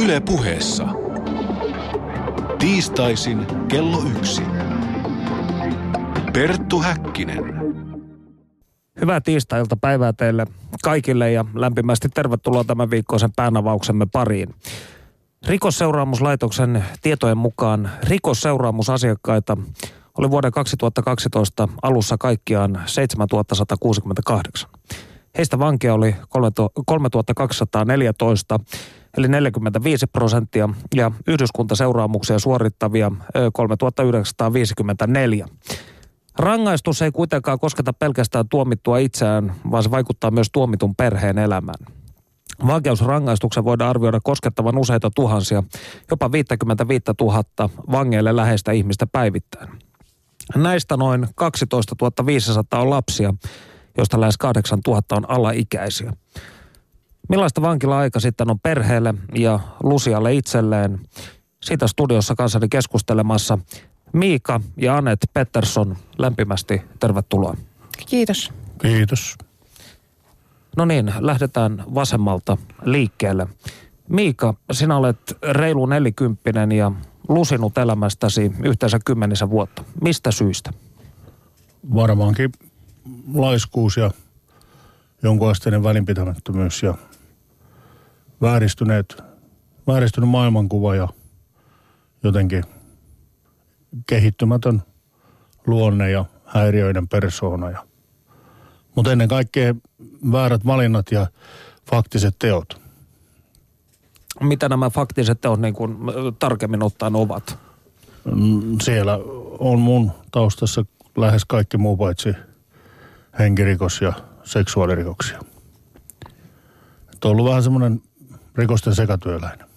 Yle Puheessa. Tiistaisin kello 1. Perttu Häkkinen. Hyvää tiistai-iltapäivää teille kaikille ja lämpimästi tervetuloa tämän viikkoisen päänavauksemme pariin. Rikosseuraamuslaitoksen tietojen mukaan rikosseuraamusasiakkaita oli vuoden 2012 alussa kaikkiaan 7168. Heistä vankeja oli 3214, eli 45%, ja yhdyskuntaseuraamuksia suorittavia 3954. Rangaistus ei kuitenkaan kosketa pelkästään tuomittua itseään, vaan se vaikuttaa myös tuomitun perheen elämään. Vankeusrangaistuksen voidaan arvioida koskettavan useita tuhansia, jopa 55 000 vangeille läheistä ihmistä päivittäin. Näistä noin 12 500 on lapsia, joista lähes 8 000 on alaikäisiä. Millaista vankila-aika sitten on perheelle ja Lucialle itselleen? Siitä studiossa kanssani keskustelemassa Miika ja Anette Pettersson. Lämpimästi tervetuloa. Kiitos. Kiitos. No niin, lähdetään vasemmalta liikkeelle. Miika, sinä olet reilu 40 ja lusinut elämästäsi yhteensä 10 vuotta. Mistä syistä? Varmaankin laiskuus ja jonkunasteinen välinpitämättömyys ja vääristynyt maailmankuva ja jotenkin kehittymätön luonne ja häiriöiden persoona. Mutta ennen kaikkea väärät valinnat ja faktiset teot. Mitä nämä faktiset teot niin kuin tarkemmin ottaen ovat? Siellä on mun taustassa lähes kaikki muu paitsi henkirikos ja seksuaalirikoksia. On ollut vähän semmoinen rikosten sekatyöläinen.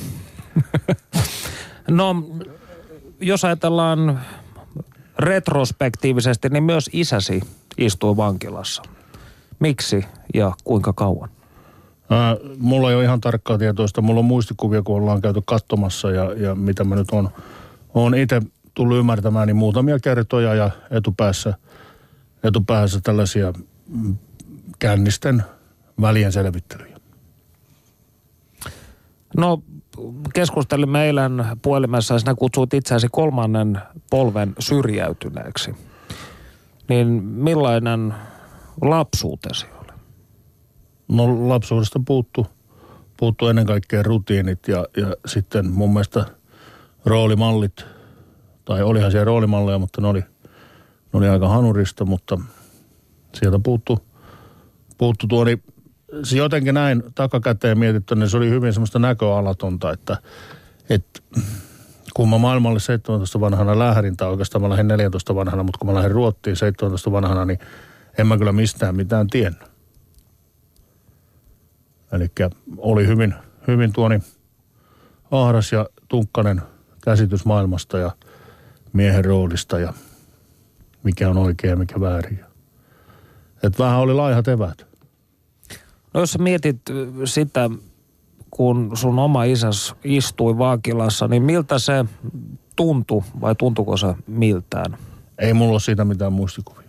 No, jos ajatellaan retrospektiivisesti, niin myös isäsi istui vankilassa. Miksi ja kuinka kauan? Mulla ei ole ihan tarkkaa tietoista. Mulla on muistikuvia, kun ollaan käyty katsomassa ja mitä mä nyt on itse tullut ymmärtämään, niin muutamia kertoja ja etupäässä tällaisia kännisten välien selvittelyjä. No, keskustelimme eilen puhelimessa ja sinä kutsuit itseäsi 3. polven syrjäytyneeksi. Niin millainen lapsuutesi oli? No lapsuudesta puuttu ennen kaikkea rutiinit ja sitten mun mielestä roolimallit, tai olihan siellä roolimalleja, mutta ne oli aika hanurista, mutta sieltä puuttu tuo, niin se jotenkin näin takakäteen mietitty, niin se oli hyvin semmoista näköalatonta, että kun mä maailmalle 17 vanhana lähdin, tai oikeastaan mä lähdin 14 vanhana, mutta kun mä lähdin Ruottiin 17 vanhana, niin en mä kyllä mistään mitään tiennyt. Elikkä oli hyvin tuoni ahdas ja tunkkainen käsitys maailmasta ja miehen roolista ja mikä on oikein ja mikä väärin. Että vähän oli laihat eväät. No jos sä mietit sitä, kun sun oma isäs istui vankilassa, niin miltä se tuntui vai tuntuiko se miltään? Ei mulla ole siitä mitään muistikuvia.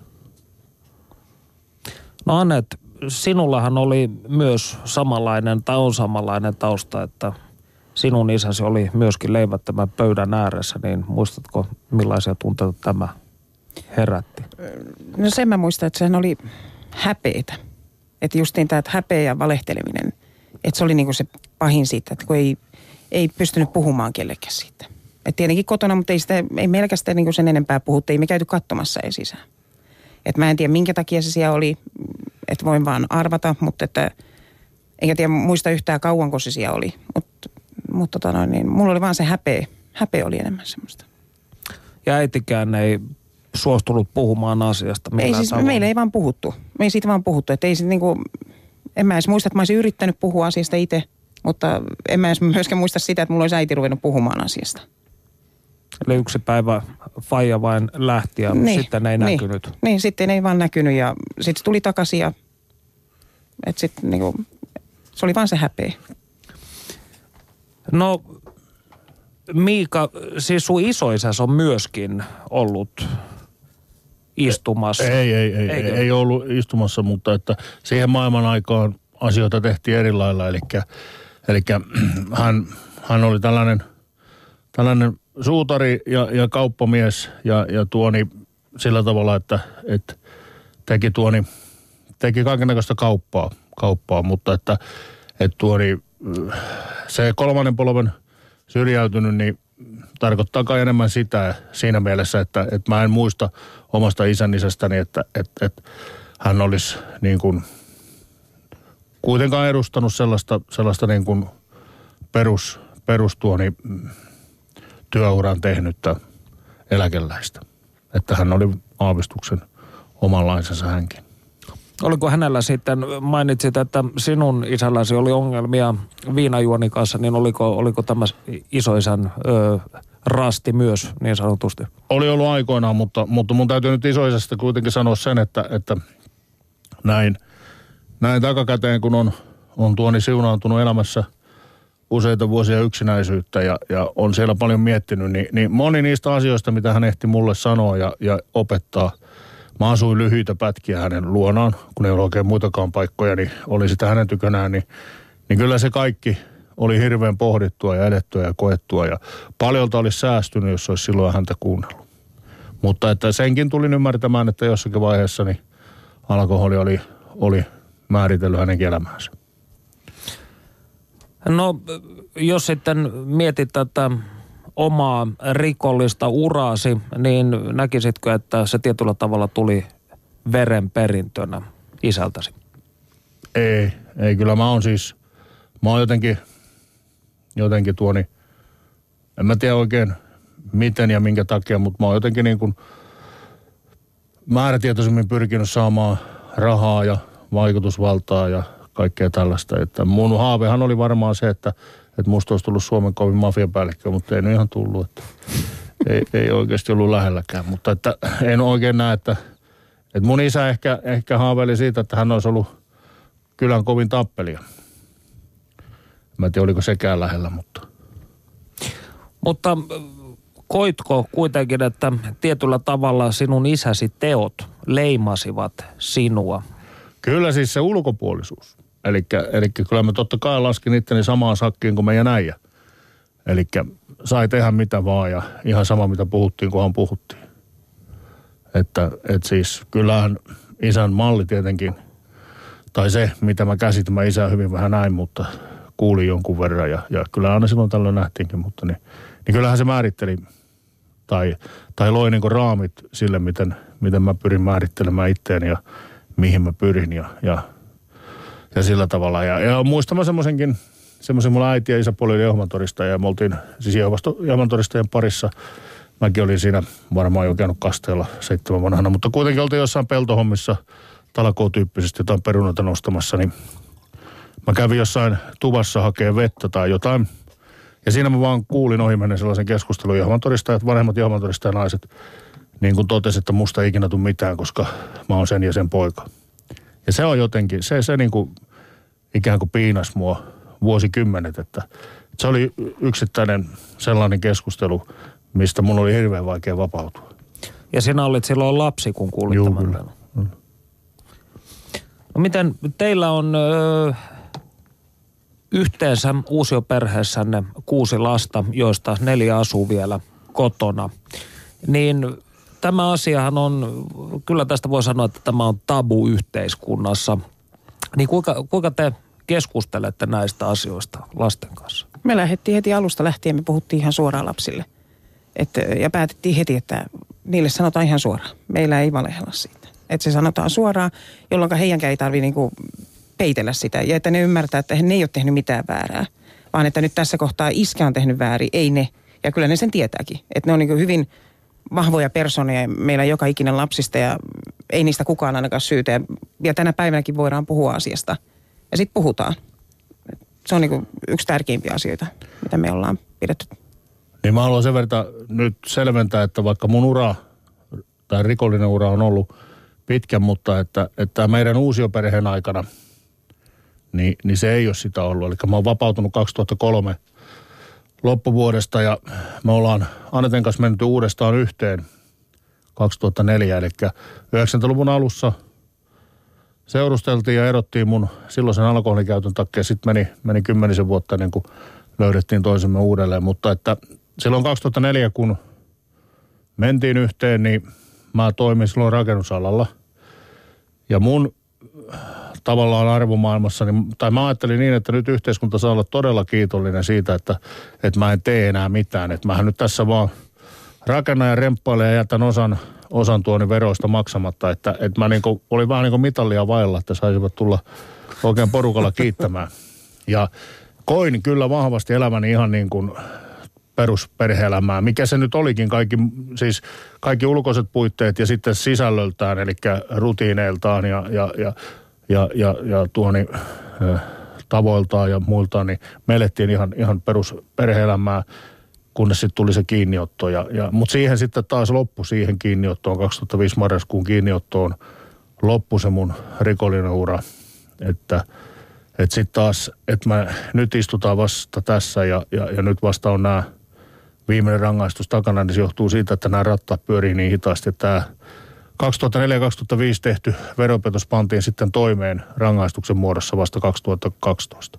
No Anette, sinullahan oli myös samanlainen tai on samanlainen tausta, että sinun isäsi oli myöskin leivättömän pöydän ääressä, niin muistatko millaisia tunteita tämä herätti? No sen mä muistan, että sehän oli häpeetä. Että justiin tämä häpeä ja valehteleminen, että se oli niinku se pahin siitä, että kun ei pystynyt puhumaan kellekään siitä. Että tietenkin kotona, mutta ei meilläkään sitä niinku sen enempää puhuttu, ei me käyty katsomassa ei sisään. Että mä en tiedä minkä takia se siellä oli, että voin vaan arvata, mutta että enkä tiedä muista yhtään kauanko se siellä oli. Mutta niin mulla oli vaan se häpeä oli enemmän semmoista. Ja äitikään ei suostunut puhumaan asiasta millään ei siis, tavalla. Meillä ei vaan puhuttu. Me ei siitä vaan puhuttu. Että ei sit niinku, en mä edes muista, että mä olisin yrittänyt puhua asiasta itse, mutta en mä edes myöskään muista sitä, että mulla olisi äiti ruvennut puhumaan asiasta. Eli yksi päivä faija vain lähti ja sitten ei näkynyt. Niin, sitten ei vaan näkynyt ja sitten se tuli takaisin ja että sitten niinku, se oli vaan se häpeä. No Miika, siis sun isoisäs on myöskin ollut istumassa. Ei ollut istumassa, mutta että siihen maailman aikaan asioita tehtiin eri lailla. Eli hän hän oli tällainen suutari ja kauppamies ja sillä tavalla, että teki kaikennäköistä kauppaa, mutta että se kolmannen polven syrjäytynyt, niin tarkoittaa kai enemmän sitä siinä mielessä, että mä en muista omasta isänisästäni, että hän olisi niin kuin kuitenkaan edustanut sellaista niin kuin työuran tehnyttä eläkeläistä. Että hän oli aavistuksen omanlaisensa hänkin. Oliko hänellä sitten, mainitsit, että sinun isälläsi oli ongelmia viinajuoni kanssa, niin oliko tämä isoisän rasti myös niin sanotusti? Oli ollut aikoinaan, mutta mun täytyy nyt isoisästä kuitenkin sanoa sen, että näin takakäteen, kun on tuoni siunaantunut elämässä useita vuosia yksinäisyyttä ja on siellä paljon miettinyt, niin moni niistä asioista, mitä hän ehti mulle sanoa ja opettaa. Mä asuin lyhyitä pätkiä hänen luonaan, kun ei ole oikein muitakaan paikkoja, niin oli sitä hänen tykönään, niin kyllä se kaikki oli hirveän pohdittua ja edettyä ja koettua ja paljolta olisi säästynyt, jos olisi silloin häntä kuunnellut. Mutta että senkin tulin ymmärtämään, että jossakin vaiheessa niin alkoholi oli määritellyt hänenkin elämäänsä. No, jos sitten mietit tätä omaa rikollista uraasi, niin näkisitkö, että se tietyllä tavalla tuli verenperintönä isältäsi? Ei kyllä mä oon jotenkin en mä tiedä oikein miten ja minkä takia, mutta mä oon jotenkin niin kuin määrätietoisemmin pyrkinyt saamaan rahaa ja vaikutusvaltaa ja kaikkea tällaista. Että mun haavehan oli varmaan se, että musta olisi tullut Suomen kovin mafiapäällikkö, mutta ei nyt ihan tullut. Että ei oikeasti ollut lähelläkään. Mutta että en oikein näe, että mun isä ehkä haaveili siitä, että hän olisi ollut kylän kovin tappelija. Mä en tiedä, oliko sekään lähellä, mutta... Mutta koitko kuitenkin, että tietyllä tavalla sinun isäsi teot leimasivat sinua? Kyllä siis se ulkopuolisuus. Eli kyllä mä totta kai laskin itteni samaan sakkiin kuin meidän äijä. Eli sai tehdä mitä vaan ja ihan sama mitä puhuttiin, kunhan puhuttiin. Että siis kyllähän isän malli tietenkin, tai se mitä mä käsitin, mä isää hyvin vähän näin, mutta kuulin jonkun verran ja kyllä aina silloin tällöin nähtiinkin, mutta niin kyllähän se määritteli tai loi niin kuin raamit sille, miten mä pyrin määrittelemään itteeni ja mihin mä pyrin ja sillä tavalla. Ja muistan mä semmoisen mulla äiti ja isäpuoli oli Jehovan-todistaja ja me oltiin siis Jehovan-todistajien parissa. Mäkin olin siinä varmaan jo käynyt kasteella 7 vanhana, mutta kuitenkin oltiin jossain peltohommissa talkootyyppisesti jotain perunoita nostamassa, niin mä kävin jossain tuvassa hakee vettä tai jotain. Ja siinä mä vaan kuulin ohimennen sellaisen keskustelun Jehovan-todistajat, vanhemmat Jehovan-todistajanaiset, niin kuin totesi, että musta ei ikinä tule mitään, koska mä oon sen ja sen poika. Ja se on jotenkin, se niin kuin ikään kuin piinas mua vuosikymmenet, että se oli yksittäinen sellainen keskustelu, mistä mun oli hirveän vaikea vapautua. Ja sinä olit silloin lapsi, kun kuulit tämän. Kyllä. No miten teillä on yhteensä uusioperheessänne 6 lasta, joista 4 asuu vielä kotona, niin tämä asiahan on, kyllä tästä voi sanoa, että tämä on tabu yhteiskunnassa. Niin kuinka te keskustelette näistä asioista lasten kanssa? Me lähdettiin heti alusta lähtien, me puhuttiin ihan suoraan lapsille. Ja päätettiin heti, että niille sanotaan ihan suoraan. Meillä ei valehella siitä. Että se sanotaan suoraan, jolloin heidänkään ei tarvitse niinku peitellä sitä. Ja että ne ymmärtää, että ne ei ole tehnyt mitään väärää. Vaan että nyt tässä kohtaa iskä on tehnyt väärin, ei ne. Ja kyllä ne sen tietääkin. Että ne on niinku hyvin vahvoja persoonia meillä joka ikinen lapsista ja ei niistä kukaan ainakaan syytä. Ja tänä päivänäkin voidaan puhua asiasta. Ja sitten puhutaan. Se on niinku yksi tärkeimpiä asioita, mitä me ollaan pidetty. Niin mä haluan sen verran nyt selventää, että vaikka mun ura tai rikollinen ura on ollut pitkä, mutta että meidän uusioperheen aikana, niin se ei ole sitä ollut. Eli mä oon vapautunut 2003 loppuvuodesta ja me ollaan Aneten kanssa menty uudestaan yhteen 2004. Eli 90-luvun alussa seurusteltiin ja erottiin mun silloisen alkoholikäytön takia. Sitten meni 10 vuotta ennen kuin löydettiin toisemme uudelleen. Mutta että silloin 2004, kun mentiin yhteen, niin mä toimin silloin rakennusalalla. Ja mun tavallaan arvomaailmassa, tai mä ajattelin niin, että nyt yhteiskunta saa olla todella kiitollinen siitä, että mä en tee enää mitään. Että mähän nyt tässä vaan rakennan ja remppailen ja jätän osan tuoni veroista maksamatta. Että mä niinku, olin vähän niin kuin mitallia vailla, että saisivat tulla oikein porukalla kiittämään. Ja koin kyllä vahvasti elämäni ihan niin kuin perusperhe-elämää, mikä se nyt olikin, kaikki ulkoiset puitteet ja sitten sisällöltään, eli rutiineiltaan ja tuoni tavoiltaan ja muiltaan, niin me elettiin ihan perusperhe-elämää, kunnes sitten tuli se kiinniotto. Mutta siihen sitten taas loppui siihen kiinniottoon, 2005 marraskuun kiinniottoon loppui se mun rikollinen ura, että sitten taas, että mä nyt istutaan vasta tässä ja nyt vasta on nämä viimeinen rangaistus takana, niin se johtuu siitä, että nämä rattaat pyörii niin hitaasti, että tämä 2004-2005 tehty veropetos pantiin sitten toimeen rangaistuksen muodossa vasta 2012.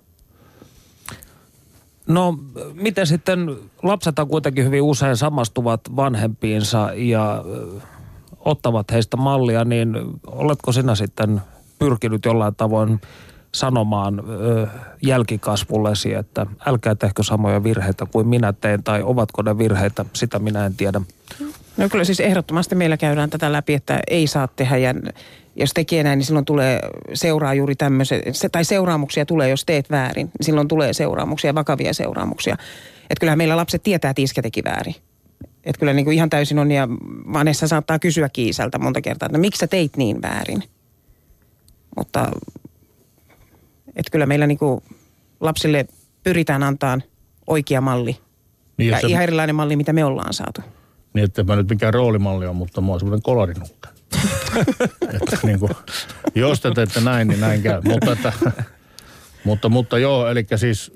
No, miten sitten lapset on kuitenkin hyvin usein samastuvat vanhempiinsa ja ottavat heistä mallia, niin oletko sinä sitten pyrkinyt jollain tavoin sanomaan jälkikasvullesi, että älkää tehkö samoja virheitä kuin minä tein, tai ovatko ne virheitä, sitä minä en tiedä. No kyllä siis ehdottomasti meillä käydään tätä läpi, että ei saa tehdä, ja jos tekee näin, niin silloin seuraa juuri tämmöiset, tai seuraamuksia tulee, jos teet väärin, niin silloin tulee seuraamuksia, vakavia seuraamuksia. Että kyllähän meillä lapset tietää, että iskä teki väärin. Että kyllä niin kuin ihan täysin on, ja Vanessa saattaa kysyä Kiisältä monta kertaa, että no, miksi sä teit niin väärin? Mutta että kyllä meillä niin kuin lapsille pyritään antaa oikea malli niin, ja ihan erilainen malli, mitä me ollaan saatu. Niin, että mä nyt mikään roolimalli on, mutta mä oon semmoinen kolarinukka. Että niin kuin, jos te teette näin, niin näin käy. Mutta joo, eli siis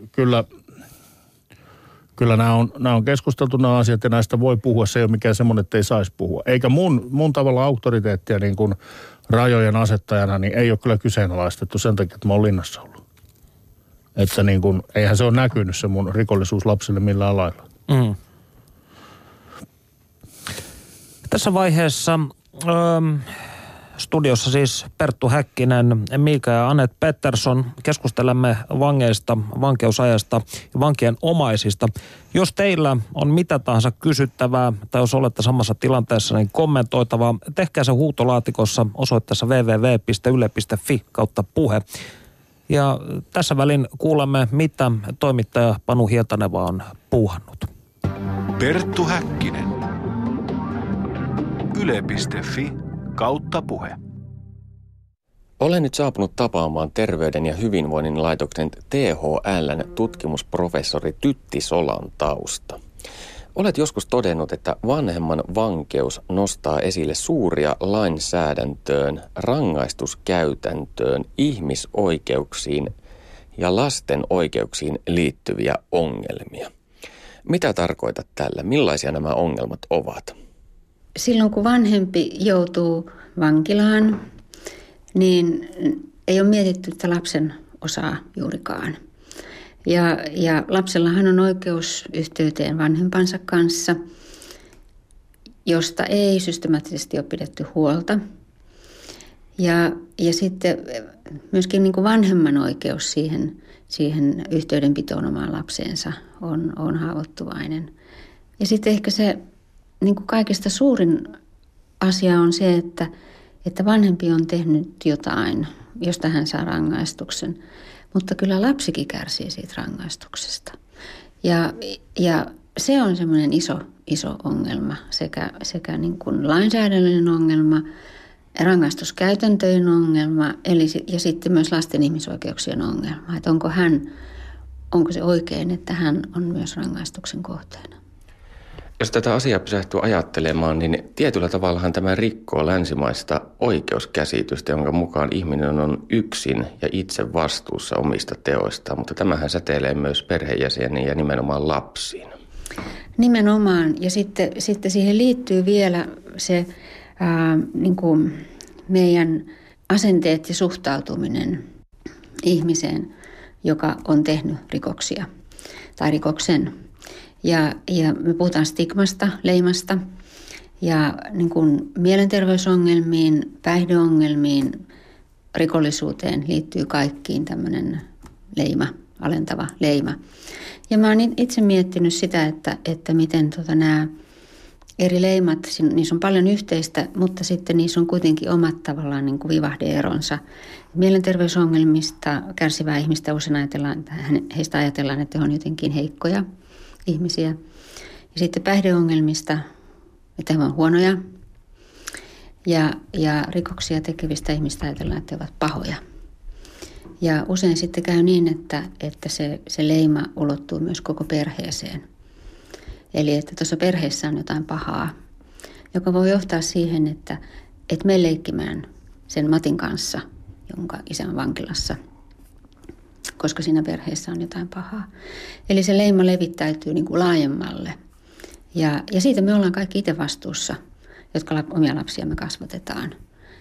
kyllä nämä on keskusteltu nämä asiat ja näistä voi puhua. Se ei ole mikään semmoinen, että ei saisi puhua. Eikä mun tavalla auktoriteettia niin kuin rajojen asettajana, niin ei ole kyllä kyseenalaistettu sen takia, että mä oon linnassa ollut. Että niin kuin, eihän se ole näkynyt se mun rikollisuus lapsille millään lailla. Mm. Tässä vaiheessa studiossa siis Perttu Häkkinen, Miika ja Anette Pettersson. Keskustelemme vangeista, vankeusajasta ja vankien omaisista. Jos teillä on mitä tahansa kysyttävää tai jos olette samassa tilanteessa, niin kommentoitavaa. Tehkää se huutolaatikossa osoitteessa www.yle.fi/puhe. Ja tässä välin kuulemme, mitä toimittaja Panu Hietaneva on puuhannut. Perttu Häkkinen. Yle.fi/puhe. Olen nyt saapunut tapaamaan Terveyden ja hyvinvoinnin laitoksen THL:n tutkimusprofessori Tytti Solantausta. Olet joskus todennut, että vanhemman vankeus nostaa esille suuria lainsäädäntöön, rangaistuskäytäntöön, ihmisoikeuksiin ja lasten oikeuksiin liittyviä ongelmia. Mitä tarkoitat tällä? Millaisia nämä ongelmat ovat? Silloin kun vanhempi joutuu vankilaan, niin ei ole mietitty tätä lapsen osaa juurikaan. Ja lapsellahan on oikeus yhteyteen vanhempansa kanssa, josta ei systemaattisesti ole pidetty huolta. Ja sitten myöskin niin kuin vanhemman oikeus siihen yhteydenpitoon omaan lapseensa on haavoittuvainen. Ja sitten ehkä se niin kuin kaikista suurin asia on se, että vanhempi on tehnyt jotain, josta hän saa rangaistuksen. Mutta kyllä lapsikin kärsii siitä rangaistuksesta. Ja se on semmoinen iso ongelma, sekä niin kuin lainsäädännöllinen ongelma, rangaistuskäytäntöjen ongelma, ja sitten myös lasten ihmisoikeuksien ongelma. Että onko se oikein, että hän on myös rangaistuksen kohteena. Jos tätä asiaa pysähtyy ajattelemaan, niin tietyllä tavallahan tämä rikkoo länsimaista oikeuskäsitystä, jonka mukaan ihminen on yksin ja itse vastuussa omista teoistaan, mutta tämähän säteilee myös perheenjäseniin ja nimenomaan lapsiin. Nimenomaan, ja sitten siihen liittyy vielä se niin kuin meidän asenteet ja suhtautuminen ihmiseen, joka on tehnyt rikoksia tai rikoksen. Ja me puhutaan stigmasta, leimasta ja niin kuin mielenterveysongelmiin, päihdeongelmiin, rikollisuuteen liittyy kaikkiin tämmöinen leima, alentava leima. Ja mä oon itse miettinyt sitä, että miten nämä eri leimat, niissä on paljon yhteistä, mutta sitten niissä on kuitenkin omat tavallaan niin kuin vivahde-eronsa. Mielenterveysongelmista kärsivää ihmistä usein heistä ajatellaan, että he on jotenkin heikkoja ihmisiä. Ja sitten päihdeongelmista, että he ovat huonoja. Ja rikoksia tekevistä ihmistä ajatellaan, että he ovat pahoja. Ja usein sitten käy niin, että se leima ulottuu myös koko perheeseen. Eli että tuossa perheessä on jotain pahaa, joka voi johtaa siihen, että me leikkimään sen Matin kanssa, jonka isä on vankilassa, koska siinä perheessä on jotain pahaa. Eli se leima levittäytyy niin kuin laajemmalle. Ja siitä me ollaan kaikki itse vastuussa, jotka omia lapsiamme kasvatetaan.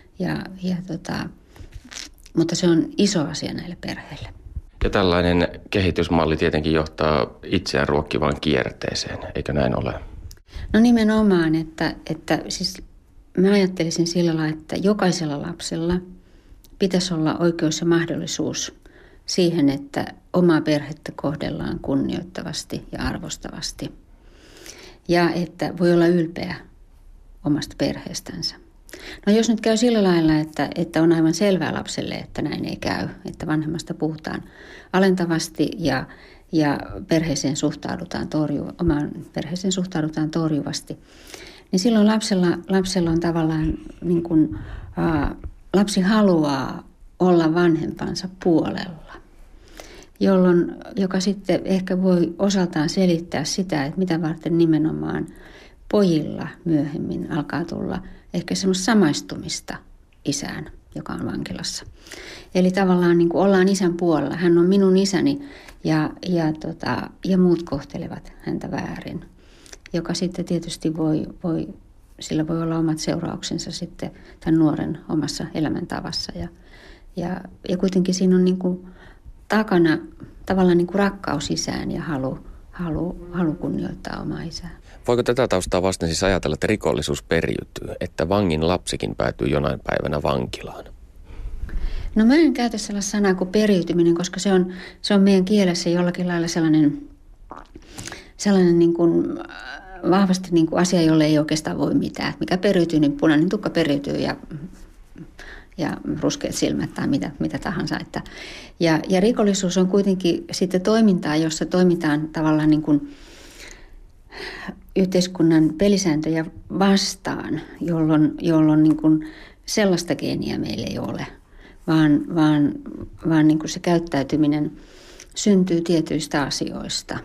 Mutta se on iso asia näille perheille. Ja tällainen kehitysmalli tietenkin johtaa itseään ruokkivaan kierteeseen, eikö näin ole? No nimenomaan, että siis mä ajattelisin sillä lailla, että jokaisella lapsella pitäisi olla oikeus ja mahdollisuus siihen, että omaa perhettä kohdellaan kunnioittavasti ja arvostavasti. Ja että voi olla ylpeä omasta perheestänsä. No jos nyt käy sillä lailla, että on aivan selvää lapselle, että näin ei käy, että vanhemmasta puhutaan alentavasti ja perheeseen omaan perheeseen suhtaudutaan torjuvasti, niin silloin lapsella on tavallaan niin kuin, lapsi haluaa olla vanhempansa puolella, joka sitten ehkä voi osaltaan selittää sitä, että mitä varten nimenomaan pojilla myöhemmin alkaa tulla ehkä semmoista samaistumista isään, joka on vankilassa. Eli tavallaan niin kuin ollaan isän puolella. Hän on minun isäni ja muut kohtelevat häntä väärin. Joka sitten tietysti sillä voi olla omat seurauksensa sitten tämän nuoren omassa elämäntavassa. Ja kuitenkin siinä on niin kuin takana tavallaan niin kuin rakkaus isään ja halu kunnioittaa omaa isää. Voiko tätä taustaa vasten siis ajatella, että rikollisuus periytyy, että vangin lapsikin päätyy jonain päivänä vankilaan? No mä en käytä sellaista sanaa kuin periytyminen, koska se on meidän kielessä jollakin lailla sellainen niin kuin vahvasti niin kuin asia, jolle ei oikeastaan voi mitään. Mikä periytyy, niin punainen tukka periytyy ja ruskeat silmät tai mitä tahansa. Ja rikollisuus on kuitenkin sitten toimintaa, jossa toimitaan tavallaan niin kuin yhteiskunnan pelisääntöjä vastaan, jolloin niin kuin sellaista geeniä meillä ei ole, vaan niin kuin se käyttäytyminen syntyy tietyistä asioista.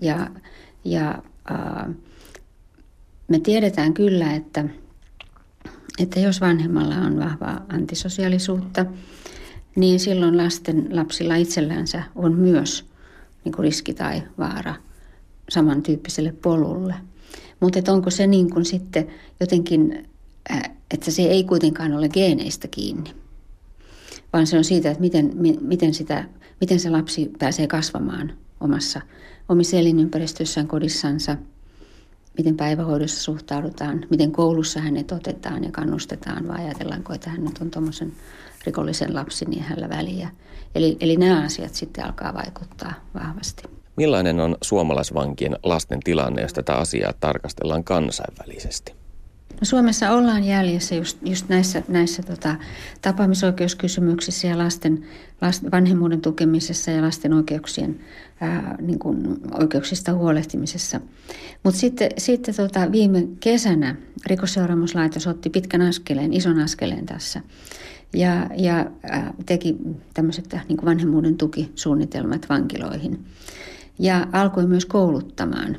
Me tiedetään kyllä, että jos vanhemmalla on vahvaa antisosiaalisuutta, niin silloin lapsilla itsellänsä on myös niin kuin riski tai vaara samantyyppiselle polulle. Mutta onko se niin kuin sitten jotenkin, että se ei kuitenkaan ole geeneistä kiinni, vaan se on siitä, että miten se lapsi pääsee kasvamaan omissa elinympäristöissään, kodissansa, miten päivähoidossa suhtaudutaan, miten koulussa hänet otetaan ja kannustetaan, vai ajatellaanko, että hän nyt on tuommoisen rikollisen lapsi, niin hänellä väliä. Eli nämä asiat sitten alkaa vaikuttaa vahvasti. Millainen on suomalaisvankien lasten tilanne, jos tätä asiaa tarkastellaan kansainvälisesti? No Suomessa ollaan jäljessä just näissä tapaamisoikeuskysymyksissä ja lasten vanhemmuuden tukemisessa ja lasten oikeuksien niin kuin oikeuksista huolehtimisessa. Mutta sitten viime kesänä Rikosseuraamuslaitos otti pitkän askeleen, ison askeleen tässä ja teki tämmöiset niin kuin vanhemmuuden tukisuunnitelmat vankiloihin ja alkoi myös kouluttamaan.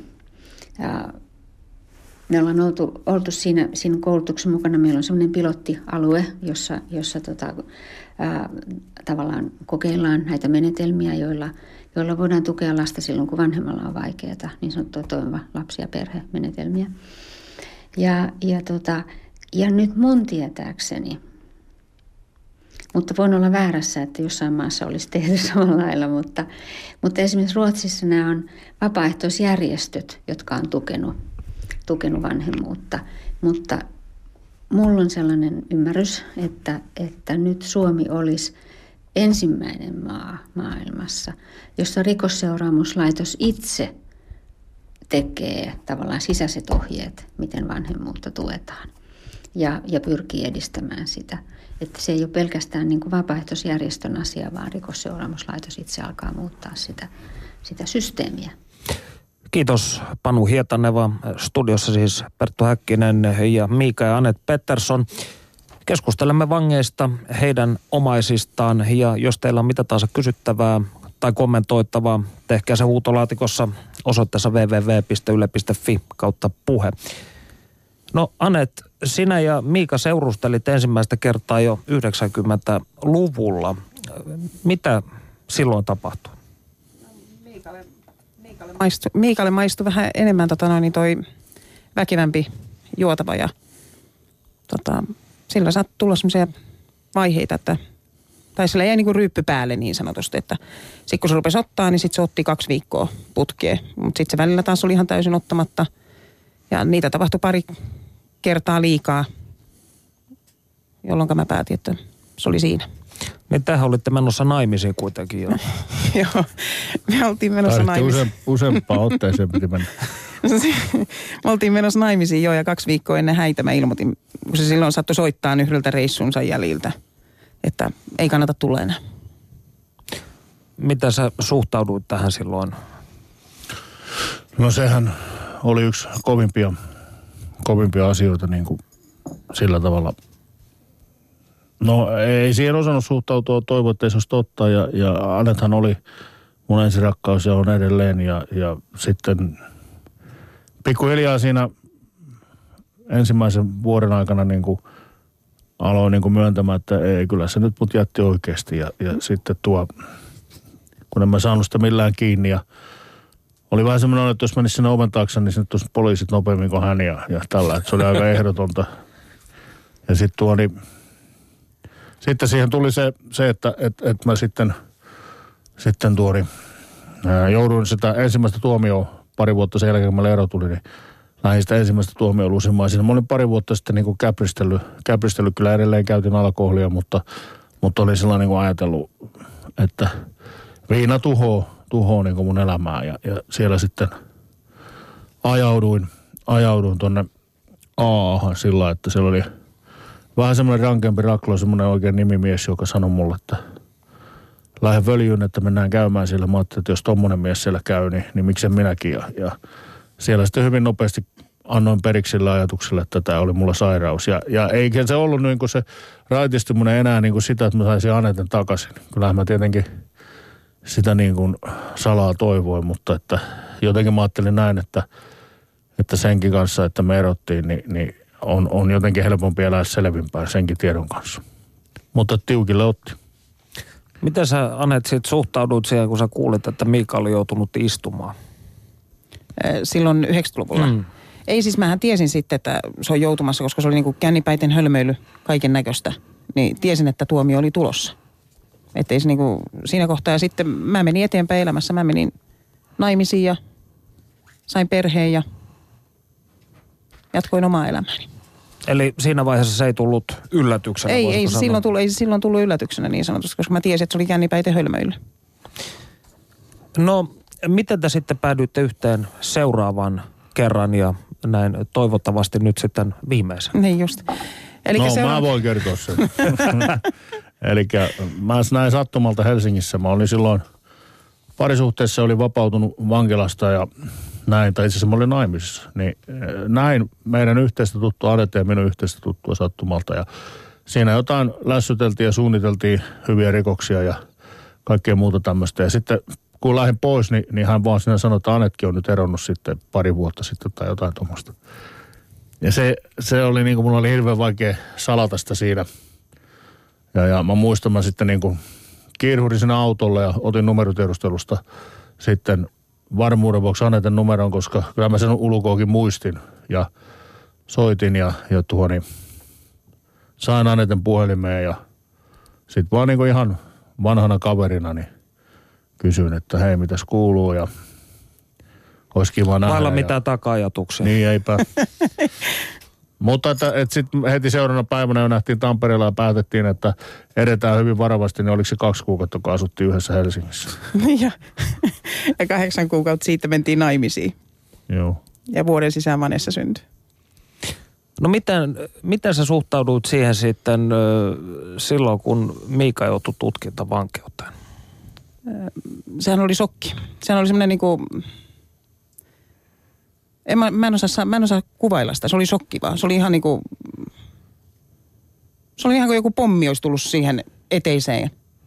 Me ollaan oltu siinä koulutuksen mukana. Meillä on semmoinen pilottialue, jossa tavallaan kokeillaan näitä menetelmiä, joilla voidaan tukea lasta silloin, kun vanhemmalla on vaikeaa, niin sanottua toimiva lapsi- ja perhemenetelmiä. Ja nyt mun tietääkseni Mutta voin olla väärässä, että jossain maassa olisi tehty samalla lailla, mutta esimerkiksi Ruotsissa nämä on vapaaehtoisjärjestöt, jotka on tukenut vanhemmuutta. Mutta mulla on sellainen ymmärrys, että nyt Suomi olisi ensimmäinen maa maailmassa, jossa rikosseuraamuslaitos itse tekee tavallaan sisäiset ohjeet, miten vanhemmuutta tuetaan ja pyrkii edistämään sitä. Että se ei ole pelkästään niin kuin vapaaehtoisjärjestön asia, vaan rikosseuraamuslaitos itse alkaa muuttaa sitä systeemiä. Kiitos Panu Hietaneva. Studiossa siis Perttu Häkkinen ja Miika ja Anette Pettersson. Keskustelemme vangeista, heidän omaisistaan ja jos teillä on mitä tahansa kysyttävää tai kommentoittavaa, tehkää se huutolaatikossa osoitteessa www.yle.fi/puhe. No Anette, sinä ja Miika seurustelit ensimmäistä kertaa jo 90-luvulla. Mitä silloin tapahtui? Miikalle maistui vähän enemmän toi väkevämpi juotava ja sillä saattoi tulla semmoisia vaiheita, tai sillä jäi niinku ryyppy päälle niin sanotusti, että sitten kun se rupesi ottaa, niin sitten se otti 2 viikkoa putkeen. Mutta sitten se välillä taas oli ihan täysin ottamatta ja niitä tapahtui pari kertaa liikaa, jolloin mä päätin, että se oli siinä. Niin tähän olitte menossa naimisiin kuitenkin jo. Joo, me oltiin menossa naimisiin. Useampaan otteeseen piti mennä. Me oltiin menossa naimisiin jo ja 2 viikkoa ennen häitä mä ilmoitin, kun se silloin sattui soittaa yhdeltä reissunsa jäljiltä, että ei kannata tulla enää. Mitä sä suhtauduit tähän silloin? No sehän oli yksi kovimpia asioita niin kuin sillä tavalla. No ei siihen osannut suhtautua, toivoa, että ei se olisi totta ja Anethan oli mun ensirakkaus ja on edelleen ja sitten pikkuhiljaa siinä ensimmäisen vuoden aikana niin kuin aloin niin kuin myöntämään, että ei, kyllä se nyt mut jätti oikeasti ja sitten kun en mä saanut sitä millään kiinni ja oli vähän semmoinen, että jos menisi sinne oven taakse, niin sinne tulisi poliisit nopeammin kuin hän ja tällä, että se oli aika ehdotonta. Ja sitten siihen tuli se että mä sitten jouduin sitä ensimmäistä tuomioa pari vuotta sen jälkeen, kun mä ero tuli, niin lähdin sitä ensimmäistä tuomioa lusimaan. Siinä mä olin pari vuotta sitten niin kuin käpristellyt, kyllä edelleen käytin alkoholia, mutta olin sellainen niin kuin ajatellut, että viina tuhoaa niin kuin mun elämää ja siellä sitten ajauduin tonne Aahan sillä, että siellä oli vähän semmoinen rankempi raklo, semmoinen oikein nimimies, joka sanoi mulle, että lähde völjyyn, että mennään käymään siellä. Mä ajattelin, että jos tommonen mies siellä käy, niin miksen minäkin. Ja siellä sitten hyvin nopeasti annoin periksi sillä ajatuksella, että tämä oli mulla sairaus. Ja eikä se ollut niin kuin se raitistuminen enää niin kuin sitä, että mä saisin Aneten takaisin. Kyllähän mä tietenkin sitä niin kuin salaa toivoin, mutta että jotenkin mä ajattelin näin, että senkin kanssa, että me erottiin, niin on jotenkin helpompi elää selvimpään senkin tiedon kanssa. Mutta tiukille otti. Miten sä, Anette, sit suhtauduit siihen, kun sä kuulit, että Miika oli joutunut istumaan? Silloin 90-luvulla? Ei, siis mähän tiesin sitten, että se on joutumassa, koska se oli niin kuin kännipäiten hölmöily kaiken näköistä. Niin tiesin, että tuomio oli tulossa. Että ei se niin kuin siinä kohtaa. Ja sitten mä menin eteenpäin elämässä. Mä menin naimisiin ja sain perheen ja jatkoin omaa elämääni. Eli siinä vaiheessa se ei tullut yllätyksenä? Ei se silloin tullut yllätyksenä niin sanotusti, koska mä tiesin, että se oli kännipäiten hölmöily. No, miten te sitten päädyitte yhteen seuraavan kerran ja näin toivottavasti nyt sitten viimeisen? Niin just. Mä voin kertoa sen. Elikkä mä näin sattumalta Helsingissä. Mä olin silloin parisuhteessa, oli vapautunut vankilasta ja näin, tai itse asiassa mä olin naimisissa. Niin näin meidän yhteistä tuttua Anette ja minun yhteistä tuttua sattumalta. Ja siinä jotain lässyteltiin ja suunniteltiin hyviä rikoksia ja kaikkea muuta tämmöistä. Ja sitten kun lähdin pois, niin hän vaan siinä sanoi, että Anetkin on nyt eronnut sitten pari vuotta sitten tai jotain tuommoista. Ja se oli niin kuin, mulla oli hirveän vaikea salata sitä siinä. Ja mä muistan, mä sitten niin kuin kiirhurin sinne autolle ja otin numerotiedustelusta sitten varmuuden vuoksi Aneten numeron, koska kyllä mä sen ulkoakin muistin ja soitin ja sain Aneten puhelimeen ja Sitten vaan niin kuin ihan vanhana kaverina niin kysyin, että hei, mitäs kuuluu ja olisi kiva nähdä. Vailla mitään taka-ajatuksia. Niin, eipä. Mutta että sitten heti seuraavana päivänä jo nähtiin Tampereella ja päätettiin, että edetään hyvin varovasti, niin oliko se 2 kuukautta, kun asuttiin yhdessä Helsingissä. ja 8 kuukautta siitä mentiin naimisiin. Joo. Ja vuoden sisään Vanessa syntyi. No miten sä suhtauduit siihen sitten silloin, kun Miika joutui tutkintavankeuteen? Sehän oli shokki. Sehän oli semmoinen niinku... Mä en osaa kuvailla sitä. Se oli shokki vaan. Se oli ihan niinku... Se oli ihan kuin joku pommi olisi tullut siihen eteiseen.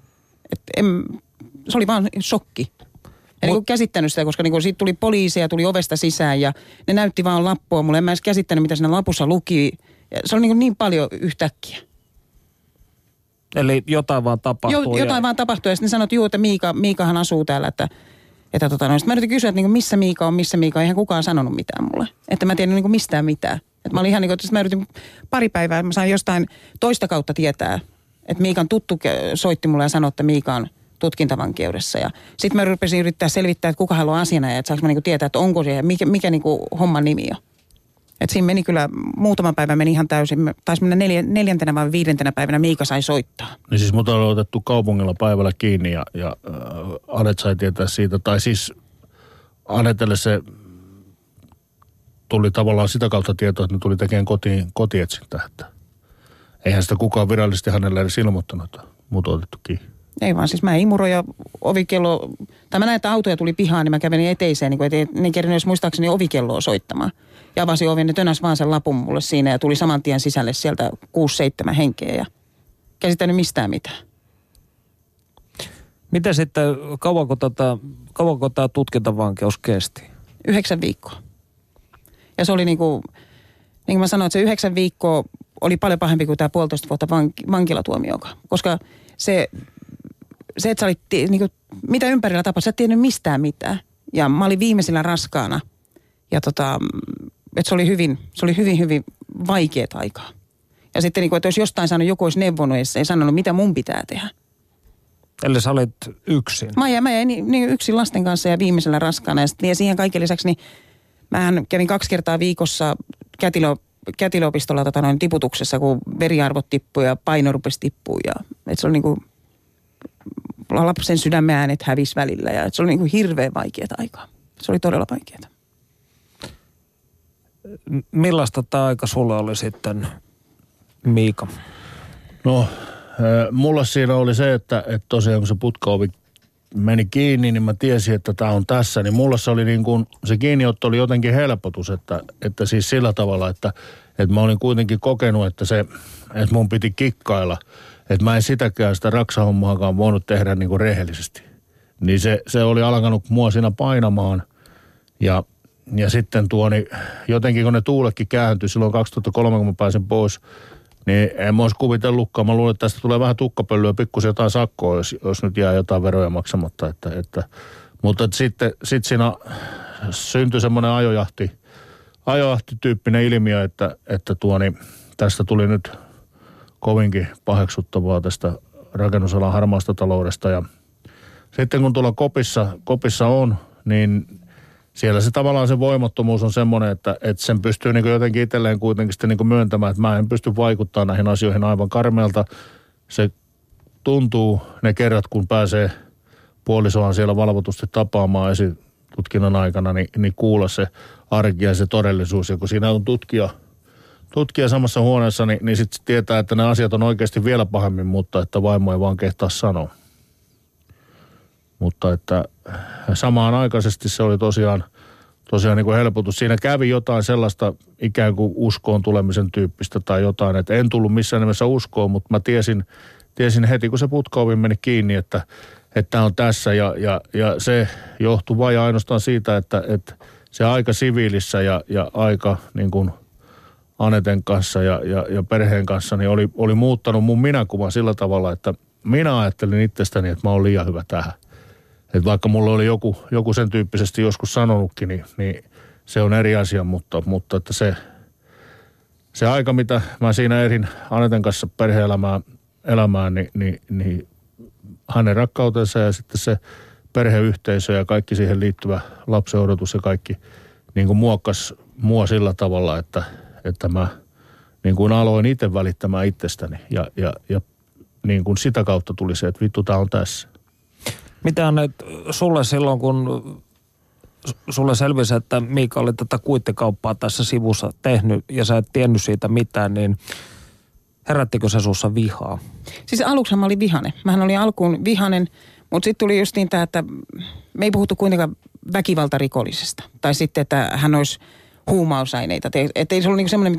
Se oli vaan shokki. En niinku käsittänyt sitä, koska niinku siitä tuli poliisia, tuli ovesta sisään ja ne näytti vaan lappua mulle. En mä edes käsittänyt, mitä siinä lapussa luki. Ja se oli niinku niin paljon yhtäkkiä. Eli jotain vaan tapahtui. Jotain vaan tapahtui ja sitten ne sanoi, että Miikahan asuu täällä, että mä yritin kysyä, että missä Miika on. Eihän kukaan sanonut mitään mulle. Että mä en tiedä mistään mitään. Että mä olin ihan että mä yritin pari päivää, mä sain jostain toista kautta tietää, että Miikan tuttu soitti mulle ja sanoi, että Miika on tutkintavankeudessa. Ja sitten mä rupesin yrittää selvittää, että kuka hän on asianajaja, että saanko mä tietää, että onko se ja mikä homman nimi on. Että siinä meni kyllä, muutama päivä meni ihan täysin. Taisi mennä 4. vai 5. päivänä Miika sai soittaa. Niin siis mut oli otettu kaupungilla päivällä kiinni ja Anet sai tietää siitä. Tai siis Anetelle se tuli tavallaan sitä kautta tietoa, että ne tuli tekemään kotietsintää. Että eihän sitä kukaan virallisesti hänelle edes ilmoittanut, että mut otettu kiinni. Ei vaan, siis mä imuroin ja ovikello, tai mä näin, että autoja tuli pihaan, niin mä kävelin eteiseen, niin ettei ne kerran jos muistaakseni ovikelloa soittamaan. Ja avasin oven, ne tönäs vaan sen lapun mulle siinä ja tuli saman tien sisälle sieltä 6-7 henkeä ja käsittänyt mistään mitään. Miten sitten, kauanko tämä tutkintavankeus kesti? 9 viikkoa. Ja se oli niin kuin mä sanoin, että se 9 viikkoa oli paljon pahempi kuin tämä 1,5 vuotta vankilatuomioka. Koska se että sä olit, niin kuin, mitä ympärillä tapahtui, sä et tiennyt mistään mitään. Ja mä olin viimeisillä raskaana. Ja että se oli hyvin vaikeat aikaa. Ja sitten niin kuin, että jos jostain saanut, joku olisi neuvonut, ei sanonut, mitä mun pitää tehdä. Eli sä olit yksin? Mä jäin niin yksin lasten kanssa ja viimeisellä raskaana. Ja siihen kaiken lisäksi, niin mähän kävin 2 kertaa viikossa kätilöopistolla tiputuksessa, kun veriarvot tippui ja paino rupesi tippua. Ja, että se oli niin kuin, lapsen sydämen äänet hävisi välillä ja että se oli niin kuin hirveän vaikeaa aikaa. Se oli todella vaikeaa. Millaista tämä aika sulle oli sitten, Miika? No, mulla siinä oli se, että tosiaan kun se putkaovi meni kiinni, niin mä tiesin, että tämä on tässä. Niin mulla se oli niin kuin, se kiinniotto oli jotenkin helpotus, että siis sillä tavalla, että mä olin kuitenkin kokenut, että mun piti kikkailla. Että mä en sitäkään, sitä raksahommaakaan voinut tehdä niin kuin rehellisesti. Niin se oli alkanut mua siinä painamaan. Ja sitten jotenkin kun ne tuulekin kääntyi silloin 2003, kun mä pääsin pois, niin en mä olisi kuvitellutkaan. Mä luulen, että tästä tulee vähän tukkapölyä, pikkusen jotain sakkoa, jos nyt jää jotain veroja maksamatta. Mutta sitten siinä syntyi semmoinen ajojahtityyppinen ilmiö, että tästä tuli nyt kovinkin paheksuttavaa tästä rakennusalan harmaasta taloudesta. Ja sitten kun tuolla kopissa on, niin siellä se tavallaan se voimattomuus on semmoinen, että sen pystyy niin kuin jotenkin itselleen kuitenkin sitten niin kuin myöntämään, että mä en pysty vaikuttamaan näihin asioihin aivan karmealta. Se tuntuu ne kerrat, kun pääsee puolisoaan siellä valvotusti tapaamaan esitutkinnan aikana, niin kuulla se arki ja se todellisuus. Ja kun siinä on tutkija samassa huoneessa, niin sitten tietää, että ne asiat on oikeasti vielä pahemmin, mutta että vaimo ei vaan kehtaa sanoa. Mutta että samaan aikaisesti se oli tosiaan niin kuin helpotus. Siinä kävi jotain sellaista ikään kuin uskoon tulemisen tyyppistä tai jotain, että en tullut missään nimessä uskoon, mutta mä tiesin heti, kun se putkaovi meni kiinni, että on tässä ja se johtui vain ainoastaan siitä, että se aika siviilissä ja aika niin kuin Aneten kanssa ja perheen kanssa niin oli muuttanut mun minäkuvan sillä tavalla, että minä ajattelin itsestäni, että mä oon liian hyvä tähän. Että vaikka mulla oli joku sen tyyppisesti joskus sanonutkin, niin se on eri asia, mutta että se aika, mitä mä siinä erin Aneten kanssa perhe-elämää elämään, niin hänen rakkautensa ja sitten se perheyhteisö ja kaikki siihen liittyvä lapsen odotus ja kaikki niin kuin muokkasi mua sillä tavalla, että mä niin kuin aloin itse välittämään itsestäni ja niin kuin sitä kautta tuli se, että vittu tää on tässä. Mitä on sulle silloin, kun sulle selvisi, että Miika oli tätä kuittikauppaa tässä sivussa tehnyt ja sä et tiennyt siitä mitään, niin herättikö se sussa vihaa? Siis aluksi mä olin vihainen. Mähän olin alkuun vihainen, mutta sitten tuli just niin tämä, että me ei puhuttu kuitenkaan väkivaltarikollisesta. Tai sitten, että hän olisi huumausaineita. Että ei se ollut niinku semmoinen, mitä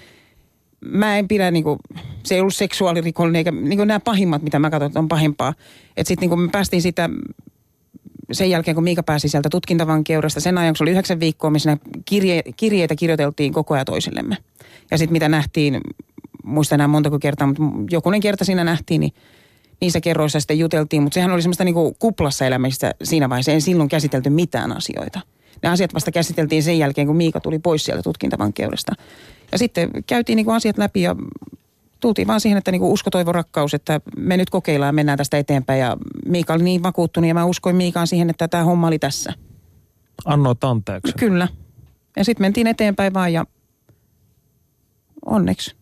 mä en pidä niinku, se ei ollut seksuaalirikollinen eikä niinku nämä pahimmat, mitä mä katson, on pahimpaa. Että sitten niinku me päästiin siitä sen jälkeen, kun Miika pääsi sieltä tutkintavankeudesta, sen ajan, kun se oli 9 viikkoa, missä kirjeitä kirjoiteltiin koko ajan toisillemme. Ja sitten mitä nähtiin, muista enää montako kertaa, mutta jokunen kerta siinä nähtiin, niin niissä kerroissa sitten juteltiin. Mutta sehän oli semmoista niinku kuplassa elämistä siinä vaiheessa. Ei silloin käsitelty mitään asioita. Ne asiat vasta käsiteltiin sen jälkeen, kun Miika tuli pois sieltä tutkintavankeudesta. Ja sitten käytiin niinku asiat läpi ja tultiin vaan siihen, että niinku usko, toivo, rakkaus, että me nyt kokeillaan ja mennään tästä eteenpäin. Ja Miika oli niin vakuuttunut ja mä uskoin Miikaan siihen, että tämä homma oli tässä. Annoit anteeksi. Kyllä. Ja sitten mentiin eteenpäin vaan ja onneksi.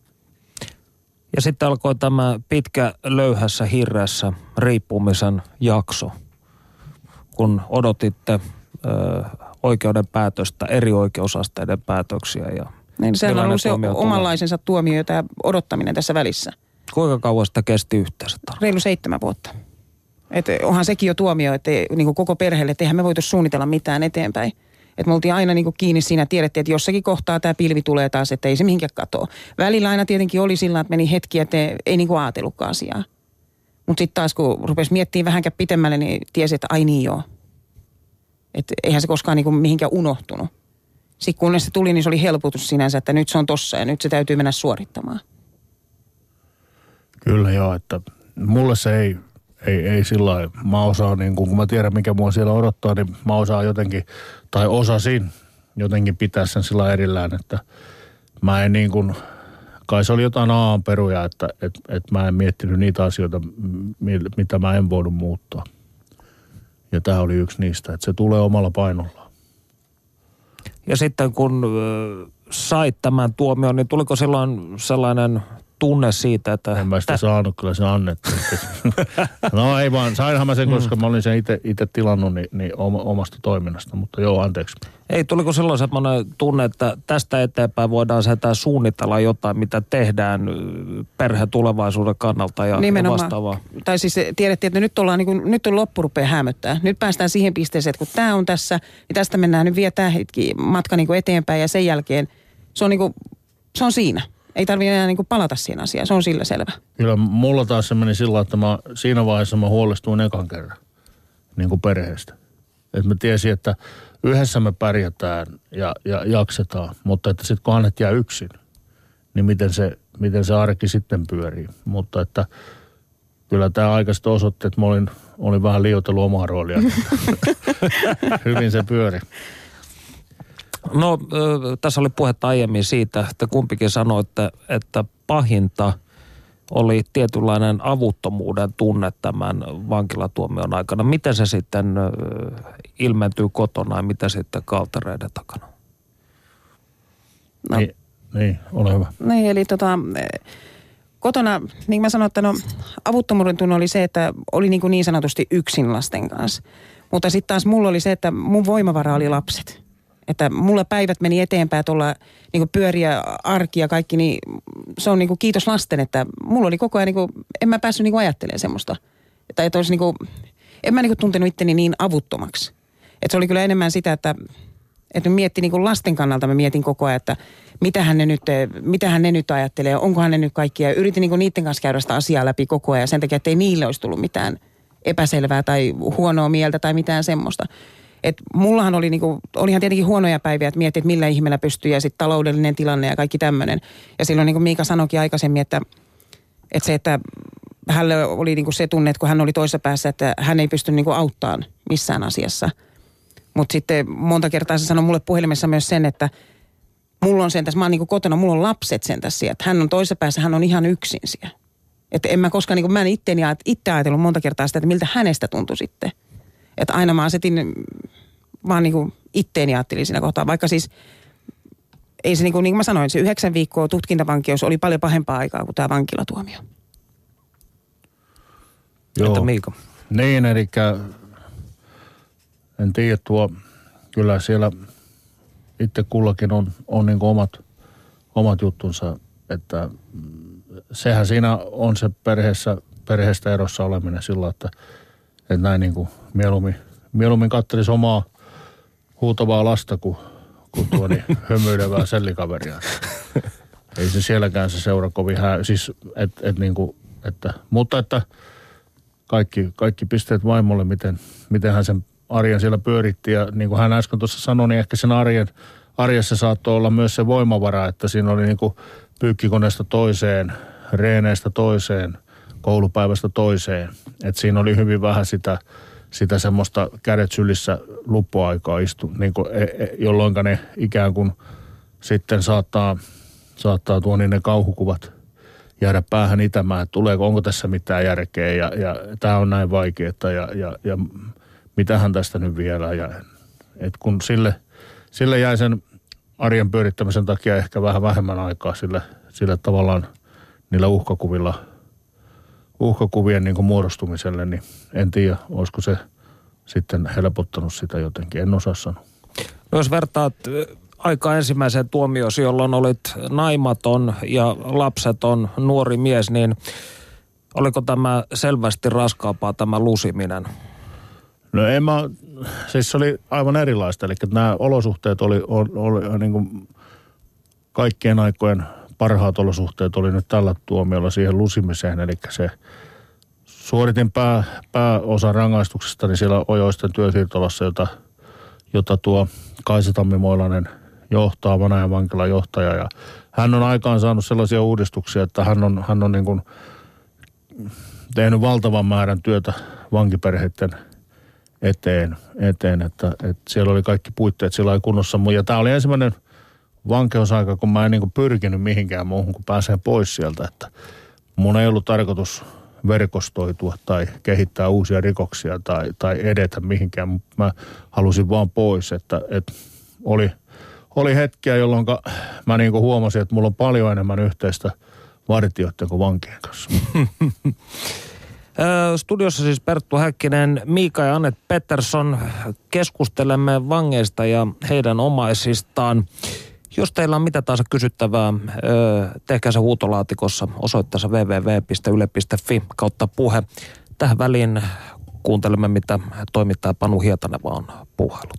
Ja sitten alkoi tämä pitkä löyhässä hirreessä riippumisen jakso, kun odotitte oikeuden päätöstä, eri oikeusasteiden päätöksiä. Ja niin, sehän on ollut se omanlaisensa tuomio ja odottaminen tässä välissä. Kuinka kauan sitä kesti yhteensä? Reilu 7 vuotta. Et onhan sekin jo tuomio, että niinku koko perheelle, että eihän me voitu suunnitella mitään eteenpäin. Että me oltiin aina niinku kiinni siinä, tiedettiin, että jossakin kohtaa tämä pilvi tulee taas, että ei se mihinkään katoa. Välillä aina tietenkin oli sillä, että meni hetki, että ei niinku ajatellutkaan asiaa. Mutta sitten taas kun rupesi miettimään vähänkään pitemmälle, niin tiesi, että ai niin joo. Että eihän se koskaan niinku mihinkään unohtunut. Sitten kun se tuli, niin se oli helpotus sinänsä, että nyt se on tossa ja nyt se täytyy mennä suorittamaan. Kyllä joo, että mulle se ei sillä lailla. Mä osaan, niin kun mä tiedän mikä mua siellä odottaa, niin mä osaan jotenkin, tai osasin jotenkin pitää sen sillä erillään, että mä en niin kuin, kai se oli jotain peruja, että mä en miettinyt niitä asioita, mitä mä en voinut muuttaa. Ja tää oli yksi niistä, että se tulee omalla painollaan. Ja sitten kun sait tämän tuomion, niin tuliko silloin sellainen tunne siitä, että... En mä sitä saanut, kyllä se annettiin. No ei vaan, sainhan mä sen, koska mä olin sen itse tilannut niin omasta toiminnasta, mutta joo, anteeksi. Ei, tuliko silloin semmoinen tunne, että tästä eteenpäin voidaan sentään suunnitella jotain, mitä tehdään perheen tulevaisuuden kannalta ja vastaavaa? Tai siis tiedettiin, että nyt ollaan nyt on loppu rupeaa hämöttää. Nyt päästään siihen pisteeseen, että kun tämä on tässä, niin tästä mennään nyt vielä tämä hetki matka eteenpäin ja sen jälkeen se on siinä. Ei tarvitse enää palata siihen asiaan, se on sillä selvä. Kyllä mulla taas se meni sillä, että siinä vaiheessa mä huolestuin ekan kerran perheestä. Että mä tiesin, että yhdessä me pärjätään ja jaksetaan, mutta että sitten kun Hannet jää yksin, niin miten se arki sitten pyörii. Mutta että kyllä tämä aika sitten osoitti, että mä olin vähän liioitellut omaa roolia. Hyvin se pyöri. No, tässä oli puhetta aiemmin siitä, että kumpikin sanoi, että pahinta oli tietynlainen avuttomuuden tunne tämän vankilatuomion aikana. Miten se sitten ilmentyy kotona ja mitä sitten kaltereiden takana? No. Niin, ole hyvä. Niin, eli kotona, niin mä sanoin, että avuttomuuden tunne oli se, että oli niin sanotusti yksin lasten kanssa. Mutta sitten taas mulla oli se, että mun voimavara oli lapset. Että mulla päivät meni eteenpäin tuolla pyöriä, arki ja kaikki, niin se on kiitos lasten, että mulla oli koko ajan, en mä päässyt ajattelemaan semmoista. Että olisi en mä tuntenut itteni niin avuttomaksi. Että se oli kyllä enemmän sitä, että mietti lasten kannalta, mä mietin koko ajan, että mitä hän nyt ajattelee, onkohan ne nyt kaikkia. Yritin niiden kanssa käydä sitä asiaa läpi koko ajan sen takia, että ei niille olisi tullut mitään epäselvää tai huonoa mieltä tai mitään semmoista. Että mullahan olihan tietenkin huonoja päiviä, että mietin, että millä ihmeellä pystyy ja sitten taloudellinen tilanne ja kaikki tämmöinen. Ja silloin niin kuin Miika sanoikin aikaisemmin, että hänelle oli se tunne, että kun hän oli toisessa päässä, että hän ei pysty auttamaan missään asiassa. Mutta sitten monta kertaa se sanoi mulle puhelimessa myös sen, että mulla on sentäs, mä oon kotona, mulla on lapset sentäs siellä. Että hän on toisessa päässä, hän on ihan yksin siellä. Että en mä koskaan, niin mä en itse ajatellut monta kertaa sitä, että miltä hänestä tuntui sitten. Että aina mä asetin vaan niin kuin itteeni ajattelin siinä kohtaa, vaikka siis ei se niin kuin mä sanoin, se 9 viikkoa tutkintavankeus oli paljon pahempaa aikaa kuin tämä vankilatuomio. Joo. Että Miika? Niin, eli en tiedä kyllä siellä itse kullakin on niin kuin omat juttunsa, että sehän siinä on se perheestä erossa oleminen sillä, että näin niin kuin mieluummin katselisi omaa huutavaa lasta kuin hymyilevää sellikaveria. Ei se sielläkään se seura kovin siis mutta että kaikki pisteet vaimolle, miten hän sen arjen siellä pyöritti. Ja niin kuin hän äsken tuossa sanoi, niin ehkä sen arjessa saattoi olla myös se voimavara, että siinä oli niin kuin pyykkikoneesta toiseen, reeneistä toiseen, koulupäivästä toiseen. Että siinä oli hyvin vähän sitä semmoista kädet sylissä luppuaikaa niin jolloinka ne ikään kuin sitten saattaa ne kauhukuvat jäädä päähän itämään, että onko tässä mitään järkeä ja tämä on näin vaikeaa ja mitähän tästä nyt vielä. Et kun sille jäi sen arjen pyörittämisen takia ehkä vähän vähemmän aikaa sille tavallaan niillä uhkakuvien niin kuin muodostumiselle, niin en tiedä, olisiko se sitten helpottanut sitä jotenkin, en osaa sanoa. No jos vertaat aika ensimmäiseen tuomiosi, jolloin olit naimaton ja lapseton nuori mies, niin oliko tämä selvästi raskaampaa tämä lusiminen? No siis se oli aivan erilaista, eli nämä olosuhteet oli niin kuin kaikkien aikojen parhaat olosuhteet oli nyt tällä tuomiolla siihen lusimiseen, eli se suoritin pääosa rangaistuksesta siellä Ojoisten työsiirtolassa, jota tuo Kaisa Tammi-Moilanen johtaa, Vanajan vankilan johtaja, ja hän on aikaan saanut sellaisia uudistuksia, että hän on niin kuin tehnyt valtavan määrän työtä vankiperheiden eteen että siellä oli kaikki puitteet sillä kunnossa. Ja tämä oli ensimmäinen vankeusaika, kun mä en niin kuin pyrkinyt mihinkään muuhun, kun pääsee pois sieltä, että mun ei ollut tarkoitus verkostoitua tai kehittää uusia rikoksia tai edetä mihinkään. Mä halusin vaan pois, että oli hetkiä, jolloin mä niin kuin huomasin, että mulla on paljon enemmän yhteistä vartijoiden kuin vankien kanssa. Studiossa siis Perttu Häkkinen, Miika ja Anette Pettersson. Keskustelemme vangeista ja heidän omaisistaan. Jos teillä on mitä tahansa kysyttävää, tehkää se huutolaatikossa osoitteessa www.yle.fi/puhe. Tähän väliin kuuntelemme, mitä toimittaja Panu Hietaneva on puuhaillut.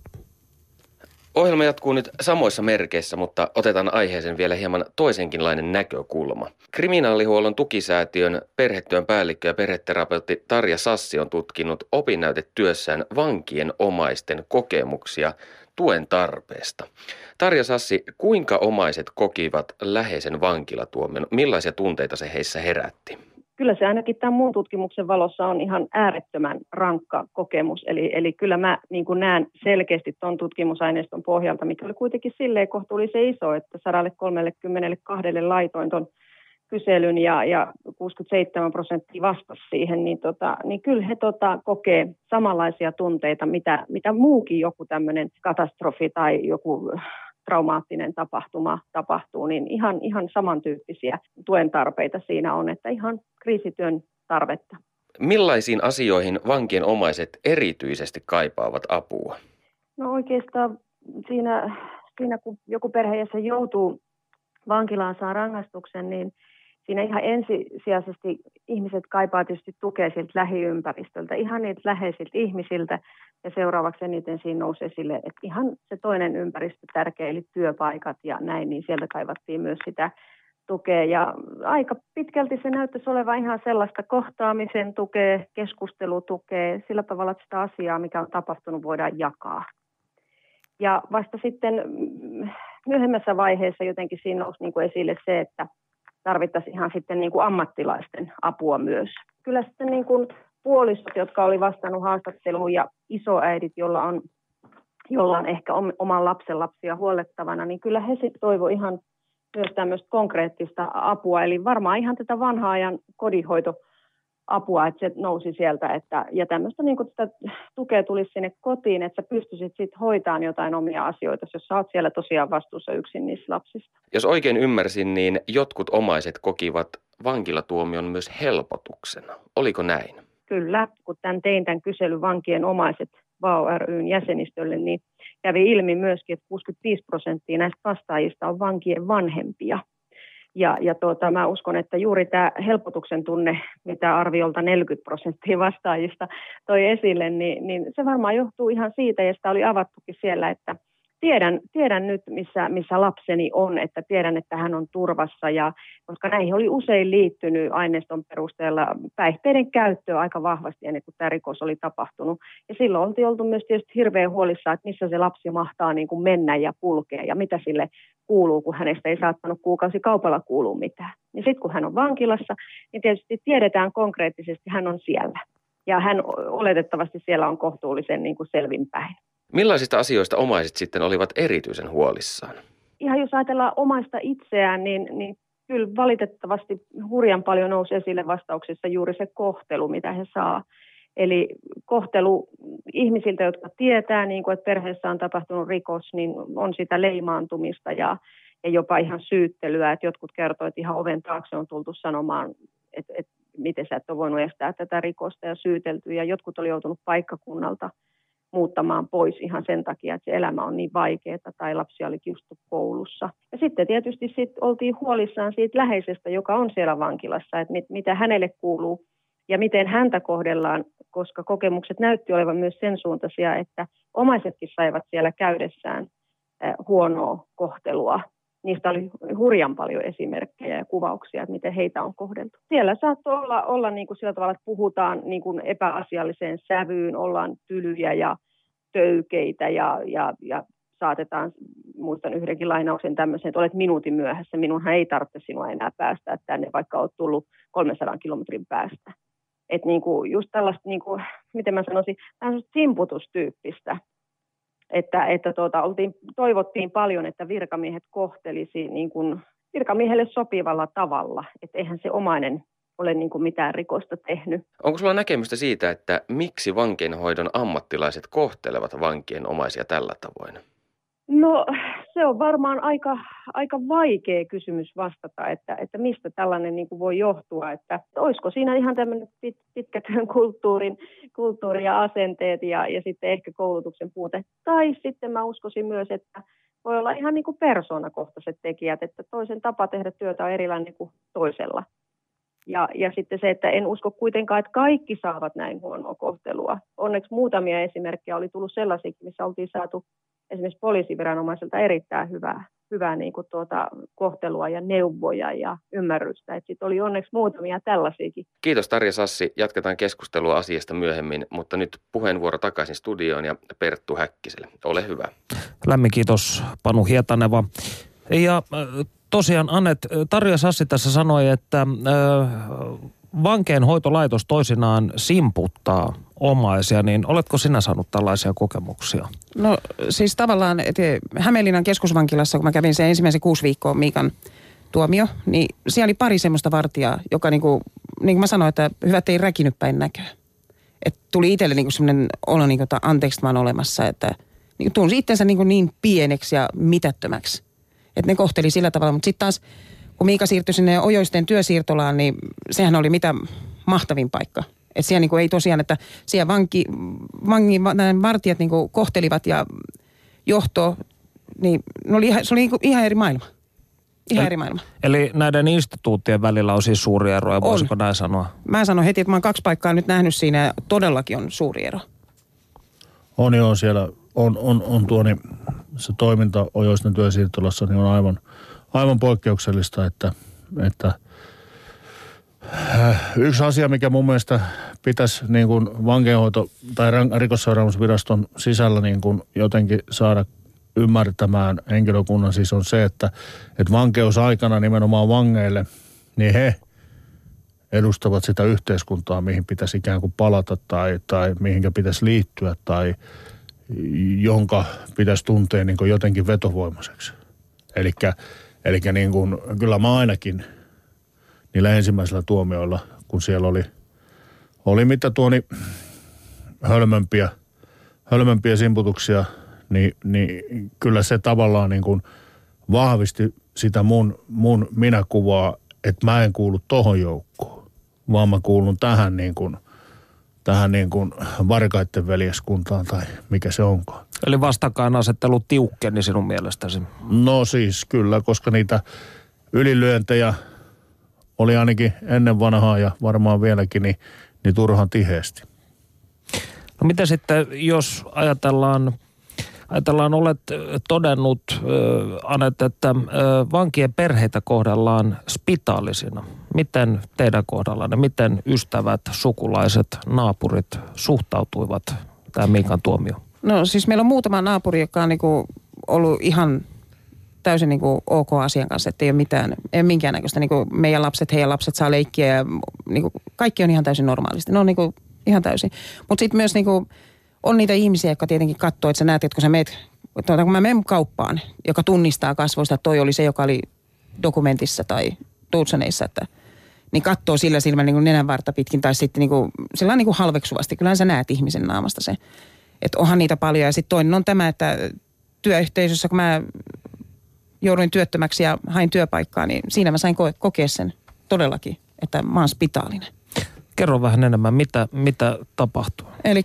Ohjelma jatkuu nyt samoissa merkeissä, mutta otetaan aiheeseen vielä hieman toisenkinlainen näkökulma. Kriminaalihuollon tukisäätiön perhetyön päällikkö ja perheterapeutti Tarja Sassi on tutkinut opinnäytetyössään vankien omaisten kokemuksia tuen tarpeesta. Tarja Sassi, kuinka omaiset kokivat läheisen vankilatuomion? Millaisia tunteita se heissä herätti? Kyllä se ainakin tämän mun tutkimuksen valossa on ihan äärettömän rankka kokemus. Eli kyllä mä niin kuin näen selkeästi tuon tutkimusaineiston pohjalta, mikä oli kuitenkin silleen kohtuullisen iso, että 132 laitoin tuon kyselyn ja 67% vastasi siihen, niin kyllä he kokee samanlaisia tunteita, mitä muukin joku tämmöinen katastrofi tai joku traumaattinen tapahtuma tapahtuu, niin ihan samantyyppisiä tuen tarpeita siinä on, että ihan kriisityön tarvetta. Millaisiin asioihin vankien omaiset erityisesti kaipaavat apua? No oikeastaan siinä kun joku perheenjäsen joutuu vankilaan saa rangaistuksen, niin siinä ihan ensisijaisesti ihmiset kaipaa tietysti tukea siltä lähiympäristöltä, ihan niitä läheisiltä ihmisiltä. Ja seuraavaksi eniten siinä nousi esille, että ihan se toinen ympäristö tärkeä, eli työpaikat ja näin, niin sieltä kaivattiin myös sitä tukea. Ja aika pitkälti se näyttäisi olevan ihan sellaista kohtaamisen tukea, keskustelutukea, sillä tavalla, että sitä asiaa, mikä on tapahtunut, voidaan jakaa. Ja vasta sitten myöhemmässä vaiheessa jotenkin siinä nousi niin kuin esille se, että tarvittaisiin ihan sitten niin kuin ammattilaisten apua myös. Kyllä sitten niin kuin puolisot, jotka oli vastannut haastatteluun ja isoäidit, jolla on ehkä oman lapsen lapsia huollettavana, niin kyllä he sitten toivoi ihan myös tämmöistä konkreettista apua. Eli varmaan ihan tätä vanhaa ajan kodinhoitoapua, että se nousi sieltä. Ja tämmöistä niin kuin tätä tukea tulisi sinne kotiin, että sä pystyisit sitten hoitamaan jotain omia asioita, jos sä oot siellä tosiaan vastuussa yksin niistä lapsista. Jos oikein ymmärsin, niin jotkut omaiset kokivat vankilatuomion myös helpotuksena. Oliko näin? Kyllä, kun tein tämän kyselyn vankien omaiset VAO ry:n jäsenistölle, niin kävi ilmi myöskin, että 65% näistä vastaajista on vankien vanhempia. Ja mä uskon, että juuri tämä helpotuksen tunne, mitä arviolta 40% vastaajista toi esille, niin se varmaan johtuu ihan siitä, ja sitä oli avattukin siellä, että tiedän nyt, missä lapseni on, että tiedän, että hän on turvassa, ja koska näihin oli usein liittynyt aineiston perusteella päihteiden käyttöä aika vahvasti ennen kuin tämä rikos oli tapahtunut. Ja silloin oltiin oltu myös tietysti hirveän huolissaan, että missä se lapsi mahtaa niin kuin mennä ja kulkea, ja mitä sille kuuluu, kun hänestä ei saattanut kuukausikaupalla kuulua mitään. Ja sitten kun hän on vankilassa, niin tietysti tiedetään konkreettisesti, hän on siellä. Ja hän oletettavasti siellä on kohtuullisen niin kuin selvinpäin. Millaisista asioista omaiset sitten olivat erityisen huolissaan? Ihan jos ajatellaan omaista itseään, niin kyllä valitettavasti hurjan paljon nousi esille vastauksissa juuri se kohtelu, mitä he saa. Eli kohtelu ihmisiltä, jotka tietää, niin kuin, että perheessä on tapahtunut rikos, niin on sitä leimaantumista ja jopa ihan syyttelyä. Että jotkut kertovat, että ihan oven taakse on tultu sanomaan, että miten sä et ole voinut estää tätä rikosta ja syytelty. Ja jotkut oli joutunut paikkakunnalta muuttamaan pois ihan sen takia, että se elämä on niin vaikeaa tai lapsia oli kiusattu koulussa. Ja sitten tietysti oltiin huolissaan siitä läheisestä, joka on siellä vankilassa, että mitä hänelle kuuluu ja miten häntä kohdellaan, koska kokemukset näytti olevan myös sen suuntaisia, että omaisetkin saivat siellä käydessään huonoa kohtelua. Niistä oli hurjan paljon esimerkkejä ja kuvauksia, että miten heitä on kohdeltu. Siellä saattoi olla niin kuin sillä tavalla, että puhutaan niin kuin epäasialliseen sävyyn, ollaan tylyjä ja töykeitä ja saatetaan, muistan yhdenkin lainauksen tämmöisen, että olet minuutin myöhässä, minunhan ei tarvitse sinua enää päästä tänne, vaikka olet tullut 300 kilometrin päästä. Että niin kuin just tällaista, niin kuin, miten mä sanoisin, simputustyyppistä. Että toivottiin paljon, että virkamiehet kohtelisi niin kuin virkamiehelle sopivalla tavalla, että eihän se omainen ole niin kuin mitään rikosta tehnyt. Onko sulla näkemystä siitä, että miksi vankeinhoidon ammattilaiset kohtelevat vankien omaisia tällä tavoin? No se on varmaan aika vaikea kysymys vastata, että mistä tällainen niin kuin voi johtua, että olisiko siinä ihan tämmöinen pitkätyön kulttuuri ja asenteet ja sitten ehkä koulutuksen puute. Tai sitten mä uskoisin myös, että voi olla ihan niin kuin persoonakohtaiset tekijät, että toisen tapa tehdä työtä on erilainen kuin toisella. Ja sitten se, että en usko kuitenkaan, että kaikki saavat näin huonoa kohtelua. Onneksi muutamia esimerkkejä oli tullut sellaisia, missä oltiin saatu esimerkiksi poliisiviranomaiselta erittäin hyvää niin kuin kohtelua ja neuvoja ja ymmärrystä. Sitten oli onneksi muutamia tällaisiakin. Kiitos Tarja Sassi. Jatketaan keskustelua asiasta myöhemmin, mutta nyt puheenvuoro takaisin studioon ja Perttu Häkkiselle. Ole hyvä. Lämmin kiitos Panu Hietaneva. Ja tosiaan Tarja Sassi tässä sanoi, että vankeinhoitolaitos toisinaan simputtaa omaisia, niin oletko sinä saanut tällaisia kokemuksia? No siis tavallaan, että Hämeenlinnan keskusvankilassa, kun mä kävin sen ensimmäisen 6 viikkoa Miikan tuomio, niin siellä oli pari semmoista vartijaa, joka niin kuin mä sanoin, että hyvät ei räkinyt päin näköä. Että tuli itselle niin kuin semmoinen olo, niin kuin, että anteeksi mä oon olemassa, että niin tunsi itsensä niin pieneksi ja mitättömäksi. Että ne kohteli sillä tavalla, mutta sitten taas kun Miika siirtyi sinne Ojoisten työsiirtolaan, niin sehän oli mitä mahtavin paikka. Että siellä niinku ei tosiaan, että siellä vartijat niinku kohtelivat ja johto, niin se oli niinku ihan eri maailma. Eri maailma. Eli näiden instituuttien välillä on siis suuri ero, ja voisiko näin sanoa? Mä sanon heti, että mä oon 2 paikkaa nyt nähnyt siinä, ja todellakin on suuri ero. On joo, siellä on tuo niin, se toiminta Ojoisten työsiirtolassa, niin on aivan poikkeuksellista, että yksi asia, mikä mun mielestä pitäisi niin kuin vankeinhoito- tai rikosseuraamusviraston sisällä niin kuin jotenkin saada ymmärtämään henkilökunnan, siis on se, että vankeusaikana nimenomaan vangeille, niin he edustavat sitä yhteiskuntaa, mihin pitäisi ikään kuin palata tai mihinkä pitäisi liittyä tai jonka pitäisi tuntea niin kuin jotenkin vetovoimaiseksi. Eli niin kuin, kyllä mä ainakin niillä ensimmäisillä tuomioilla, kun siellä oli mitä tuoni hölmömpiä simputuksia, niin kyllä se tavallaan niin kuin vahvisti sitä mun minäkuvaa, että mä en kuulu tohon joukkoon, vaan mä kuulun tähän niin kuin varkaiden veljeskuntaan tai mikä se onkaan. Eli vastakkainasettelu tiukkeni sinun mielestäsi? No siis kyllä, koska niitä ylilyöntejä oli ainakin ennen vanhaa ja varmaan vieläkin niin turhan tiheesti. No mitä sitten, jos ajatellaan olet todennut, Anette, että vankien perheitä kohdellaan spitaalisina. Miten teidän kohdallanne, miten ystävät, sukulaiset, naapurit suhtautuivat tähän Miikan tuomioon? No siis meillä on muutama naapuri, joka on niinku ollut ihan täysin niinku ok asian kanssa, että ei ole mitään, ei ole minkäännäköistä. Niinku meidän lapset, heidän lapset saa leikkiä ja niinku kaikki on ihan täysin normaalisti. Ne on niinku ihan täysin. Mutta sitten myös niinku on niitä ihmisiä, jotka tietenkin katsoo, että sä näet, että kun sä meet, kun mä menen kauppaan, joka tunnistaa kasvoista, että toi oli se, joka oli dokumentissa tai Tuutsoneissa, että niin katsoo sillä silmällä niin kuin nenänvartta pitkin tai sitten niin kuin, sillä on niin kuin halveksuvasti. Kyllähän sä näet ihmisen naamasta se, että onhan niitä paljon. Ja sitten toinen on tämä, että työyhteisössä, kun mä jouduin työttömäksi ja hain työpaikkaa, niin siinä mä sain kokea sen todellakin, että mä oon spitaalinen. Kerro vähän enemmän, mitä tapahtuu? Eli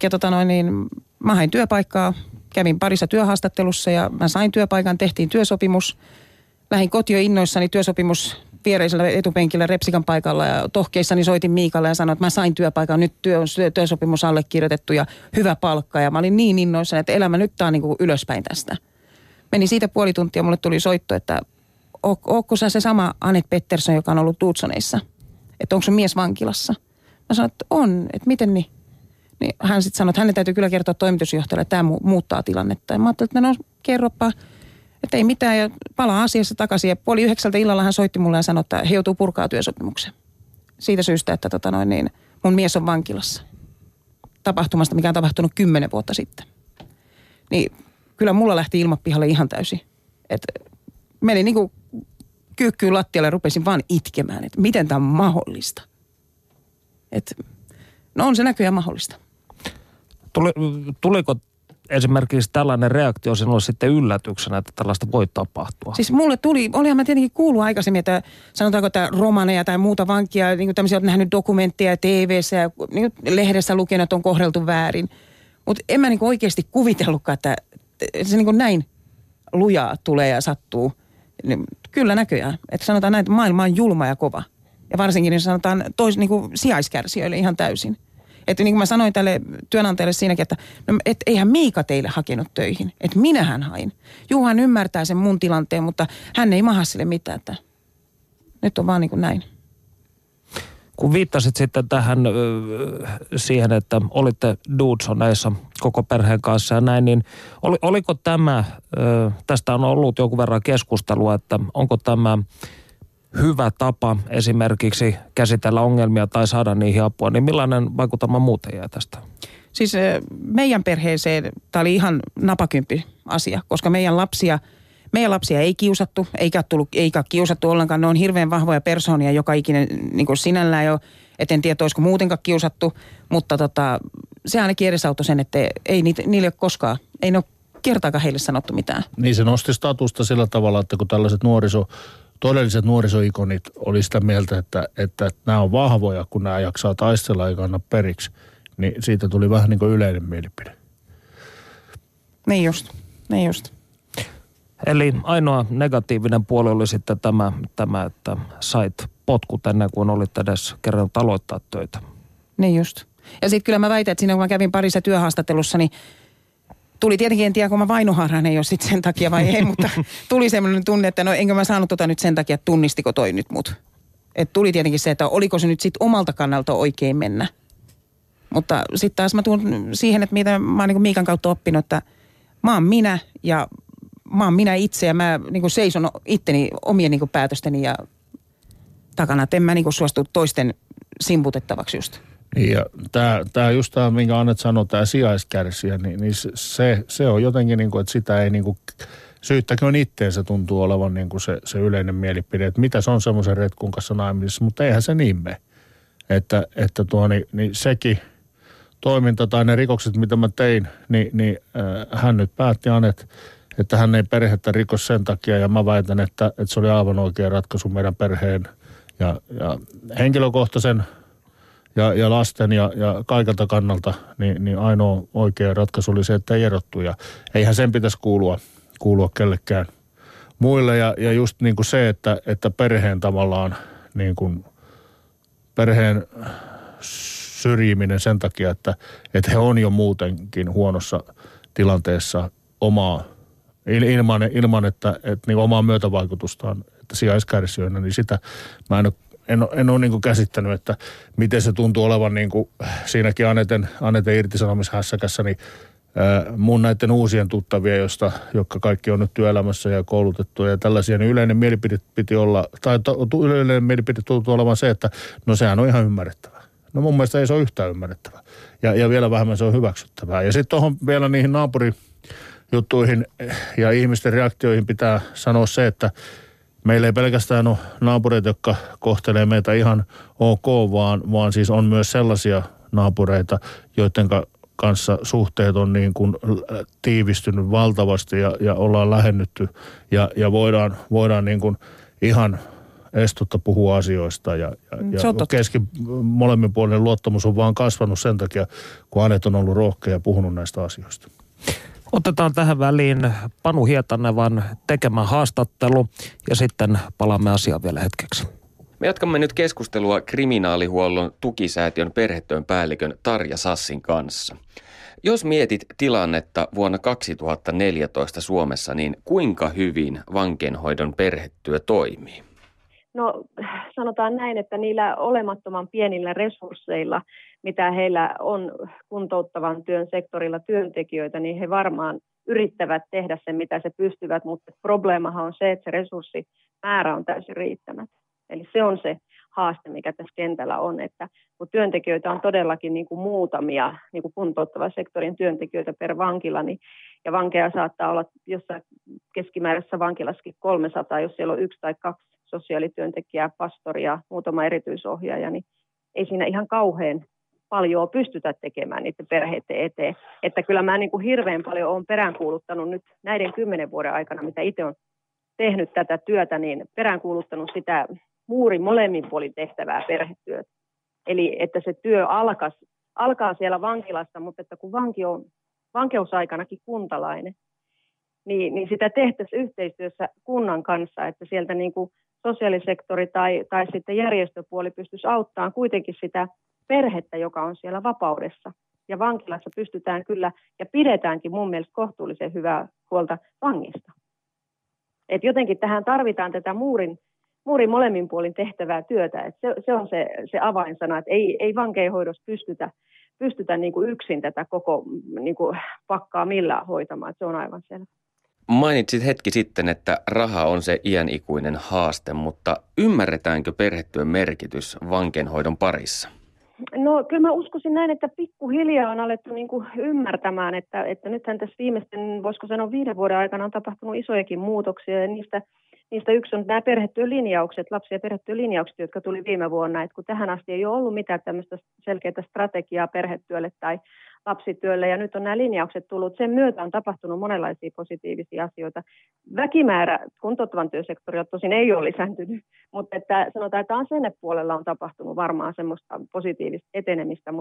mä hain työpaikkaa, kävin parissa työhaastattelussa ja mä sain työpaikan, tehtiin työsopimus. Lähdin kotiin innoissani työsopimus viereisellä etupenkillä Repsikan paikalla ja tohkeissani soitin Miikalle ja sanoin, että mä sain työpaikan, nyt työsopimus allekirjoitettu ja hyvä palkka. Ja mä olin niin innoissani, että elämä nyt tää on niin kuin ylöspäin tästä. Meni siitä puoli tuntia, mulle tuli soitto, että ootko sä se sama Anette Pettersson, joka on ollut Tuutsoneissa? Että onko sun mies vankilassa? Mä sanoin, että on, että miten niin? Niin hän sitten sanoi, että hänen täytyy kyllä kertoa toimitusjohtajalle, että tämä muuttaa tilannetta. Ja mä ajattelin, että no kerropa, että ei mitään ja palaa asiassa takaisin. Ja 8:30 illalla hän soitti mulle ja sanoi, että he joutuu purkaa työsopimuksen. Siitä syystä, että mun mies on vankilassa. Tapahtumasta, mikä on tapahtunut 10 vuotta sitten. Niin kyllä mulla lähti ilmapihalle ihan täysin. Että menin niin kuin kyykkyyn lattialle ja rupesin vaan itkemään, että miten tämä on mahdollista. Että no on se näköjään mahdollista. Tuliko esimerkiksi tällainen reaktio sinulle sitten yllätyksenä, että tällaista voi tapahtua? Siis mulle olihan mä tietenkin kuullut aikaisemmin, että sanotaanko, että romaneja tai muuta vankia, niin kuin tämmöisiä olet nähnyt dokumentteja TV:ssä ja niin lehdessä lukenut, että on kohdeltu väärin. Mutta en mä niin oikeasti kuvitellutkaan, että se niin näin lujaa tulee ja sattuu. Kyllä näköjään. Että sanotaan näin, että maailma on julma ja kova. Ja varsinkin niin sanotaan niin sijaiskärsijöille ihan täysin. Että niin kuin mä sanoin tälle työnantajalle siinäkin, että no, eihän Miika teille hakenut töihin. Että minähän hain. Juhan ymmärtää sen mun tilanteen, mutta hän ei maha sille mitään. Että nyt on vaan niin kuin näin. Kun viittasit sitten tähän siihen, että olitte Tuutsoneissa koko perheen kanssa ja näin, niin oliko tämä, tästä on ollut jonkun verran keskustelua, että onko tämä hyvä tapa esimerkiksi käsitellä ongelmia tai saada niihin apua, niin millainen vaikutelma muuten jää tästä? Siis meidän perheeseen tämä oli ihan napakymppi asia, koska meidän lapsia ei kiusattu, eikä kiusattu ollenkaan. Ne on hirveän vahvoja persoonia, joka ikinen niin kuin sinällään jo, et en tiedä, olisiko muutenkaan kiusattu, mutta se ainakin edesauttoi sen, että ei niille ole koskaan, ei ne ole kertaakaan heille sanottu mitään. Niin se nosti statusta sillä tavalla, että kun tällaiset todelliset nuorisoikonit oli sitä mieltä, että nämä on vahvoja, kun nämä jaksaa taistella eikä anna periksi, niin siitä tuli vähän niin kuin yleinen mielipide. Niin just. Eli ainoa negatiivinen puoli oli sitten tämä, että sait potkut ennen kuin olit edes kerran aloittaa töitä. Niin just. Ja sitten kyllä mä väitän, että siinä kun mä kävin parissa työhaastattelussa, niin tuli tietenkin, en tiedä, kun mä vainoharhaan ei ole sitten sen takia vai ei, mutta tuli semmoinen tunne, että no enkö mä saanut nyt sen takia, että tunnistiko toi nyt mut. Että tuli tietenkin se, että oliko se nyt sitten omalta kannalta oikein mennä. Mutta sitten taas mä tuun siihen, että mitä mä oon niin kuin Miikan kautta oppinut, että mä oon minä ja mä oon minä itse ja mä niin kuin seison itteni omien niin kuin päätösteni ja takana, että en mä niin kuin suostu toisten simputettavaksi just. Ja tämä just tämä, minkä Anette sanoi, tämä sijaiskärsijä, niin se on jotenkin niin kuin, että sitä ei niin kuin syyttäköön itteensä tuntuu olevan niin kuin se yleinen mielipide, että mitä se on semmoisen retkun kanssa naimisissa, mutta eihän se niin mene. Että niin sekin toiminta tai ne rikokset, mitä mä tein, niin hän nyt päätti että hän ei perhettä rikos sen takia, ja mä väitän, että se oli aivan oikea ratkaisu meidän perheen ja henkilökohtaisen ja lasten ja kaikelta kannalta, niin ainoa oikea ratkaisu oli se, että ei erottu, ja eihän sen pitäisi kuulua kellekään muille, ja just niin kuin se, että perheen tavallaan niin kuin perheen syrjiminen sen takia, että he on jo muutenkin huonossa tilanteessa ilman että niin omaa myötävaikutustaan, että sijaiskärsijöinä, niin sitä mä en ole niin kuin käsittänyt, että miten se tuntuu olevan niin kuin siinäkin Aneten irtisanomishässäkässä, niin mun näiden uusien tuttavia, jotka kaikki on nyt työelämässä ja koulutettu ja tällaisia, niin yleinen mielipide piti olla, tai yleinen mielipide tuntuu olevan se, että no sehän on ihan ymmärrettävää. No mun mielestä ei se ole yhtään ymmärrettävää. Ja vielä vähemmän se on hyväksyttävää. Ja sitten tuohon vielä niihin naapurijuttuihin ja ihmisten reaktioihin pitää sanoa se, että meillä ei pelkästään ole naapureita, jotka kohtelee meitä ihan ok, vaan siis on myös sellaisia naapureita, joiden kanssa suhteet on niin kuin tiivistynyt valtavasti ja ollaan lähennytty ja voidaan niin kuin ihan estutta puhua asioista ja molemminpuolinen luottamus on vaan kasvanut sen takia, kun Anet on ollut rohkea ja puhunut näistä asioista. Otetaan tähän väliin Panu Hietanevan tekemä haastattelu ja sitten palaamme asiaan vielä hetkeksi. Me jatkamme nyt keskustelua kriminaalihuollon tukisäätiön perhetyön päällikön Tarja Sassin kanssa. Jos mietit tilannetta vuonna 2014 Suomessa, niin kuinka hyvin vankeinhoidon perhetyö toimii? No sanotaan näin, että niillä olemattoman pienillä resursseilla, mitä heillä on kuntouttavan työn sektorilla työntekijöitä, niin he varmaan yrittävät tehdä sen, mitä se pystyvät, mutta probleemahan on se, että se resurssimäärä on täysin riittämätön. Eli se on se haaste, mikä tässä kentällä on, että kun työntekijöitä on todellakin niin kuin muutamia niin kuin kuntouttavan sektorin työntekijöitä per vankila, niin, ja vankeja saattaa olla jossain keskimääräisessä vankilassakin 300, jos siellä on 1 tai 2 sosiaalityöntekijää, pastoria, muutama erityisohjaaja, niin ei siinä ihan kauhean paljon pystytä tekemään niiden perheiden eteen. Että kyllä mä niin kuin hirveän paljon olen peräänkuuluttanut nyt näiden 10 vuoden aikana, mitä itse olen tehnyt tätä työtä, niin peräänkuuluttanut sitä muurin molemmin puolin tehtävää perhetyötä. Eli että se työ alkaa siellä vankilassa, mutta että kun vanki on vankeusaikanakin kuntalainen, niin sitä tehtäisiin yhteistyössä kunnan kanssa, että sieltä niin kuin sosiaalisektori tai sitten järjestöpuoli pystyisi auttamaan kuitenkin sitä perhettä, joka on siellä vapaudessa. Ja vankilassa pystytään kyllä ja pidetäänkin mun mielestä kohtuullisen hyvää huolta vangista. Et jotenkin tähän tarvitaan tätä muurin molemmin puolin tehtävää työtä. Et se on se avainsana, että ei vankeinhoidossa pystytä niin kuin yksin tätä koko niin kuin pakkaa millään hoitamaan. Et se on aivan selvä. Mainitsit hetki sitten, että raha on se iänikuinen haaste, mutta ymmärretäänkö perhetyön merkitys vankeinhoidon parissa? No kyllä mä uskoisin näin, että pikkuhiljaa on alettu niin kuin ymmärtämään, että nythän tässä viimeisten, voisiko sanoa 5 vuoden aikana on tapahtunut isojakin muutoksia ja niistä yksi on nämä perhetyölinjaukset, lapsi- ja perhetyölinjaukset, jotka tuli viime vuonna, että kun tähän asti ei ole ollut mitään tämmöistä selkeää strategiaa perhetyölle tai lapsityölle ja nyt on nämä linjaukset tullut. Sen myötä on tapahtunut monenlaisia positiivisia asioita. Väkimäärä kuntouttavan työsektorilla tosin ei ole lisääntynyt, mutta että sanotaan, että asennepuolella on tapahtunut varmaan semmoista positiivista etenemistä,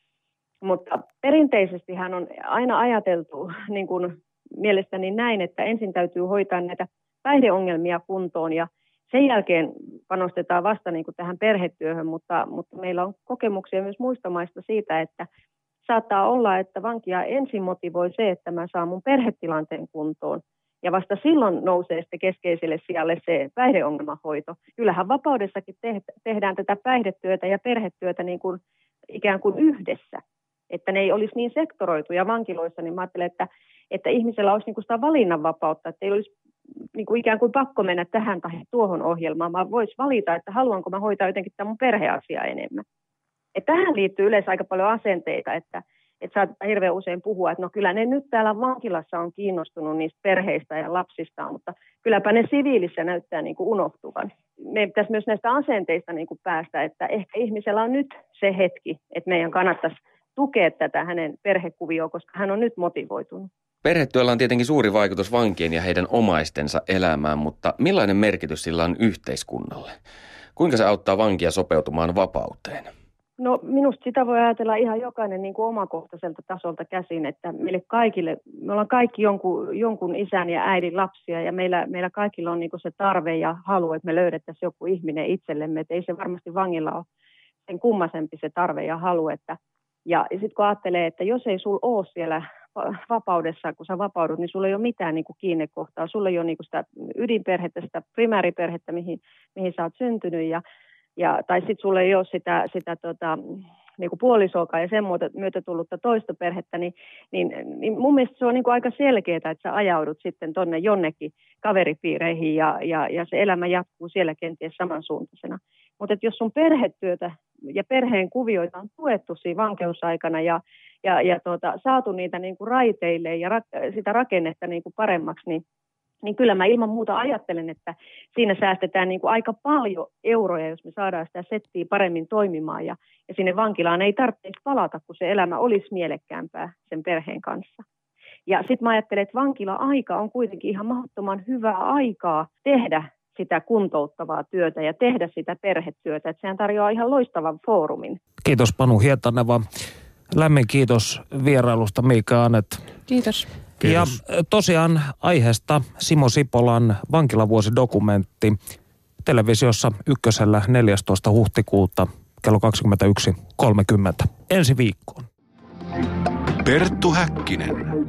mutta perinteisesti hän on aina ajateltu niin kuin mielestäni näin, että ensin täytyy hoitaa näitä päihdeongelmia kuntoon ja sen jälkeen panostetaan vasta niin kuin tähän perhetyöhön, mutta meillä on kokemuksia myös muista maista siitä, että saattaa olla, että vankia ensin motivoi se, että mä saan mun perhetilanteen kuntoon ja vasta silloin nousee sitten keskeiselle sijalle se päihdeongelmahoito. Kyllähän vapaudessakin tehdään tätä päihdetyötä ja perhetyötä niin kuin ikään kuin yhdessä, että ne ei olisi niin sektoroituja vankiloissa, niin mä ajattelen, että ihmisellä olisi niin kuin sitä valinnanvapautta, että ei olisi niin kuin ikään kuin pakko mennä tähän tai tuohon ohjelmaan, vaan voisi valita, että haluanko mä hoitaa jotenkin tämän mun perheasiaa enemmän. Että tähän liittyy yleensä aika paljon asenteita, että että saattaa hirveän usein puhua, että no kyllä ne nyt täällä vankilassa on kiinnostunut niistä perheistä ja lapsista, mutta kylläpä ne siviilissä näyttää niin kuin unohtuvan. Meidän pitäisi myös näistä asenteista niin kuin päästä, että ehkä ihmisellä on nyt se hetki, että meidän kannattaisi tukea tätä hänen perhekuvioon, koska hän on nyt motivoitunut. Perhetyöllä on tietenkin suuri vaikutus vankien ja heidän omaistensa elämään, mutta millainen merkitys sillä on yhteiskunnalle? Kuinka se auttaa vankia sopeutumaan vapauteen? No minusta sitä voi ajatella ihan jokainen niin kuin omakohtaiselta tasolta käsin, että meille kaikille, me ollaan kaikki jonkun isän ja äidin lapsia ja meillä kaikilla on niin kuin se tarve ja halu, että me löydettäisiin joku ihminen itsellemme, että ei se varmasti vangilla ole sen kummasempi se tarve ja halu, ja sitten kun ajattelee, että jos ei sulla ole siellä vapaudessa, kun sä vapaudut, niin sulla ei ole mitään niin kuin kiinnekohtaa, sulla ei ole niin kuin sitä ydinperhettä, sitä primääriperhettä, mihin sä oot syntynyt tai sitten sulla ei ole sitä niin kuin puolisoakaan ja sen myötä tullutta toista perhettä, niin mun mielestä se on niin kuin aika selkeää, että sä ajaudut sitten tonne jonnekin kaveripiireihin ja se elämä jatkuu siellä kenties samansuuntaisena. Mutta jos sun perhetyötä ja perheen kuvioita on tuettu siinä vankeusaikana ja saatu niitä niin kuin raiteille ja sitä rakennetta niin kuin paremmaksi, niin kyllä mä ilman muuta ajattelen, että siinä säästetään niin kuin aika paljon euroja, jos me saadaan sitä settiä paremmin toimimaan ja sinne vankilaan ei tarvitse palata, kun se elämä olisi mielekkäämpää sen perheen kanssa. Ja sitten mä ajattelen, että vankila-aika on kuitenkin ihan mahdottoman hyvää aikaa tehdä sitä kuntouttavaa työtä ja tehdä sitä perhetyötä, että sehän tarjoaa ihan loistavan foorumin. Kiitos Panu Hietaneva. Lämmin kiitos vierailusta Miika Anet. Kiitos. Kiitos. Ja tosiaan aiheesta Simo Sipolan vankilavuosidokumentti televisiossa Ykkösellä 14. huhtikuuta kello 21.30. Ensi viikkoon. Perttu Häkkinen.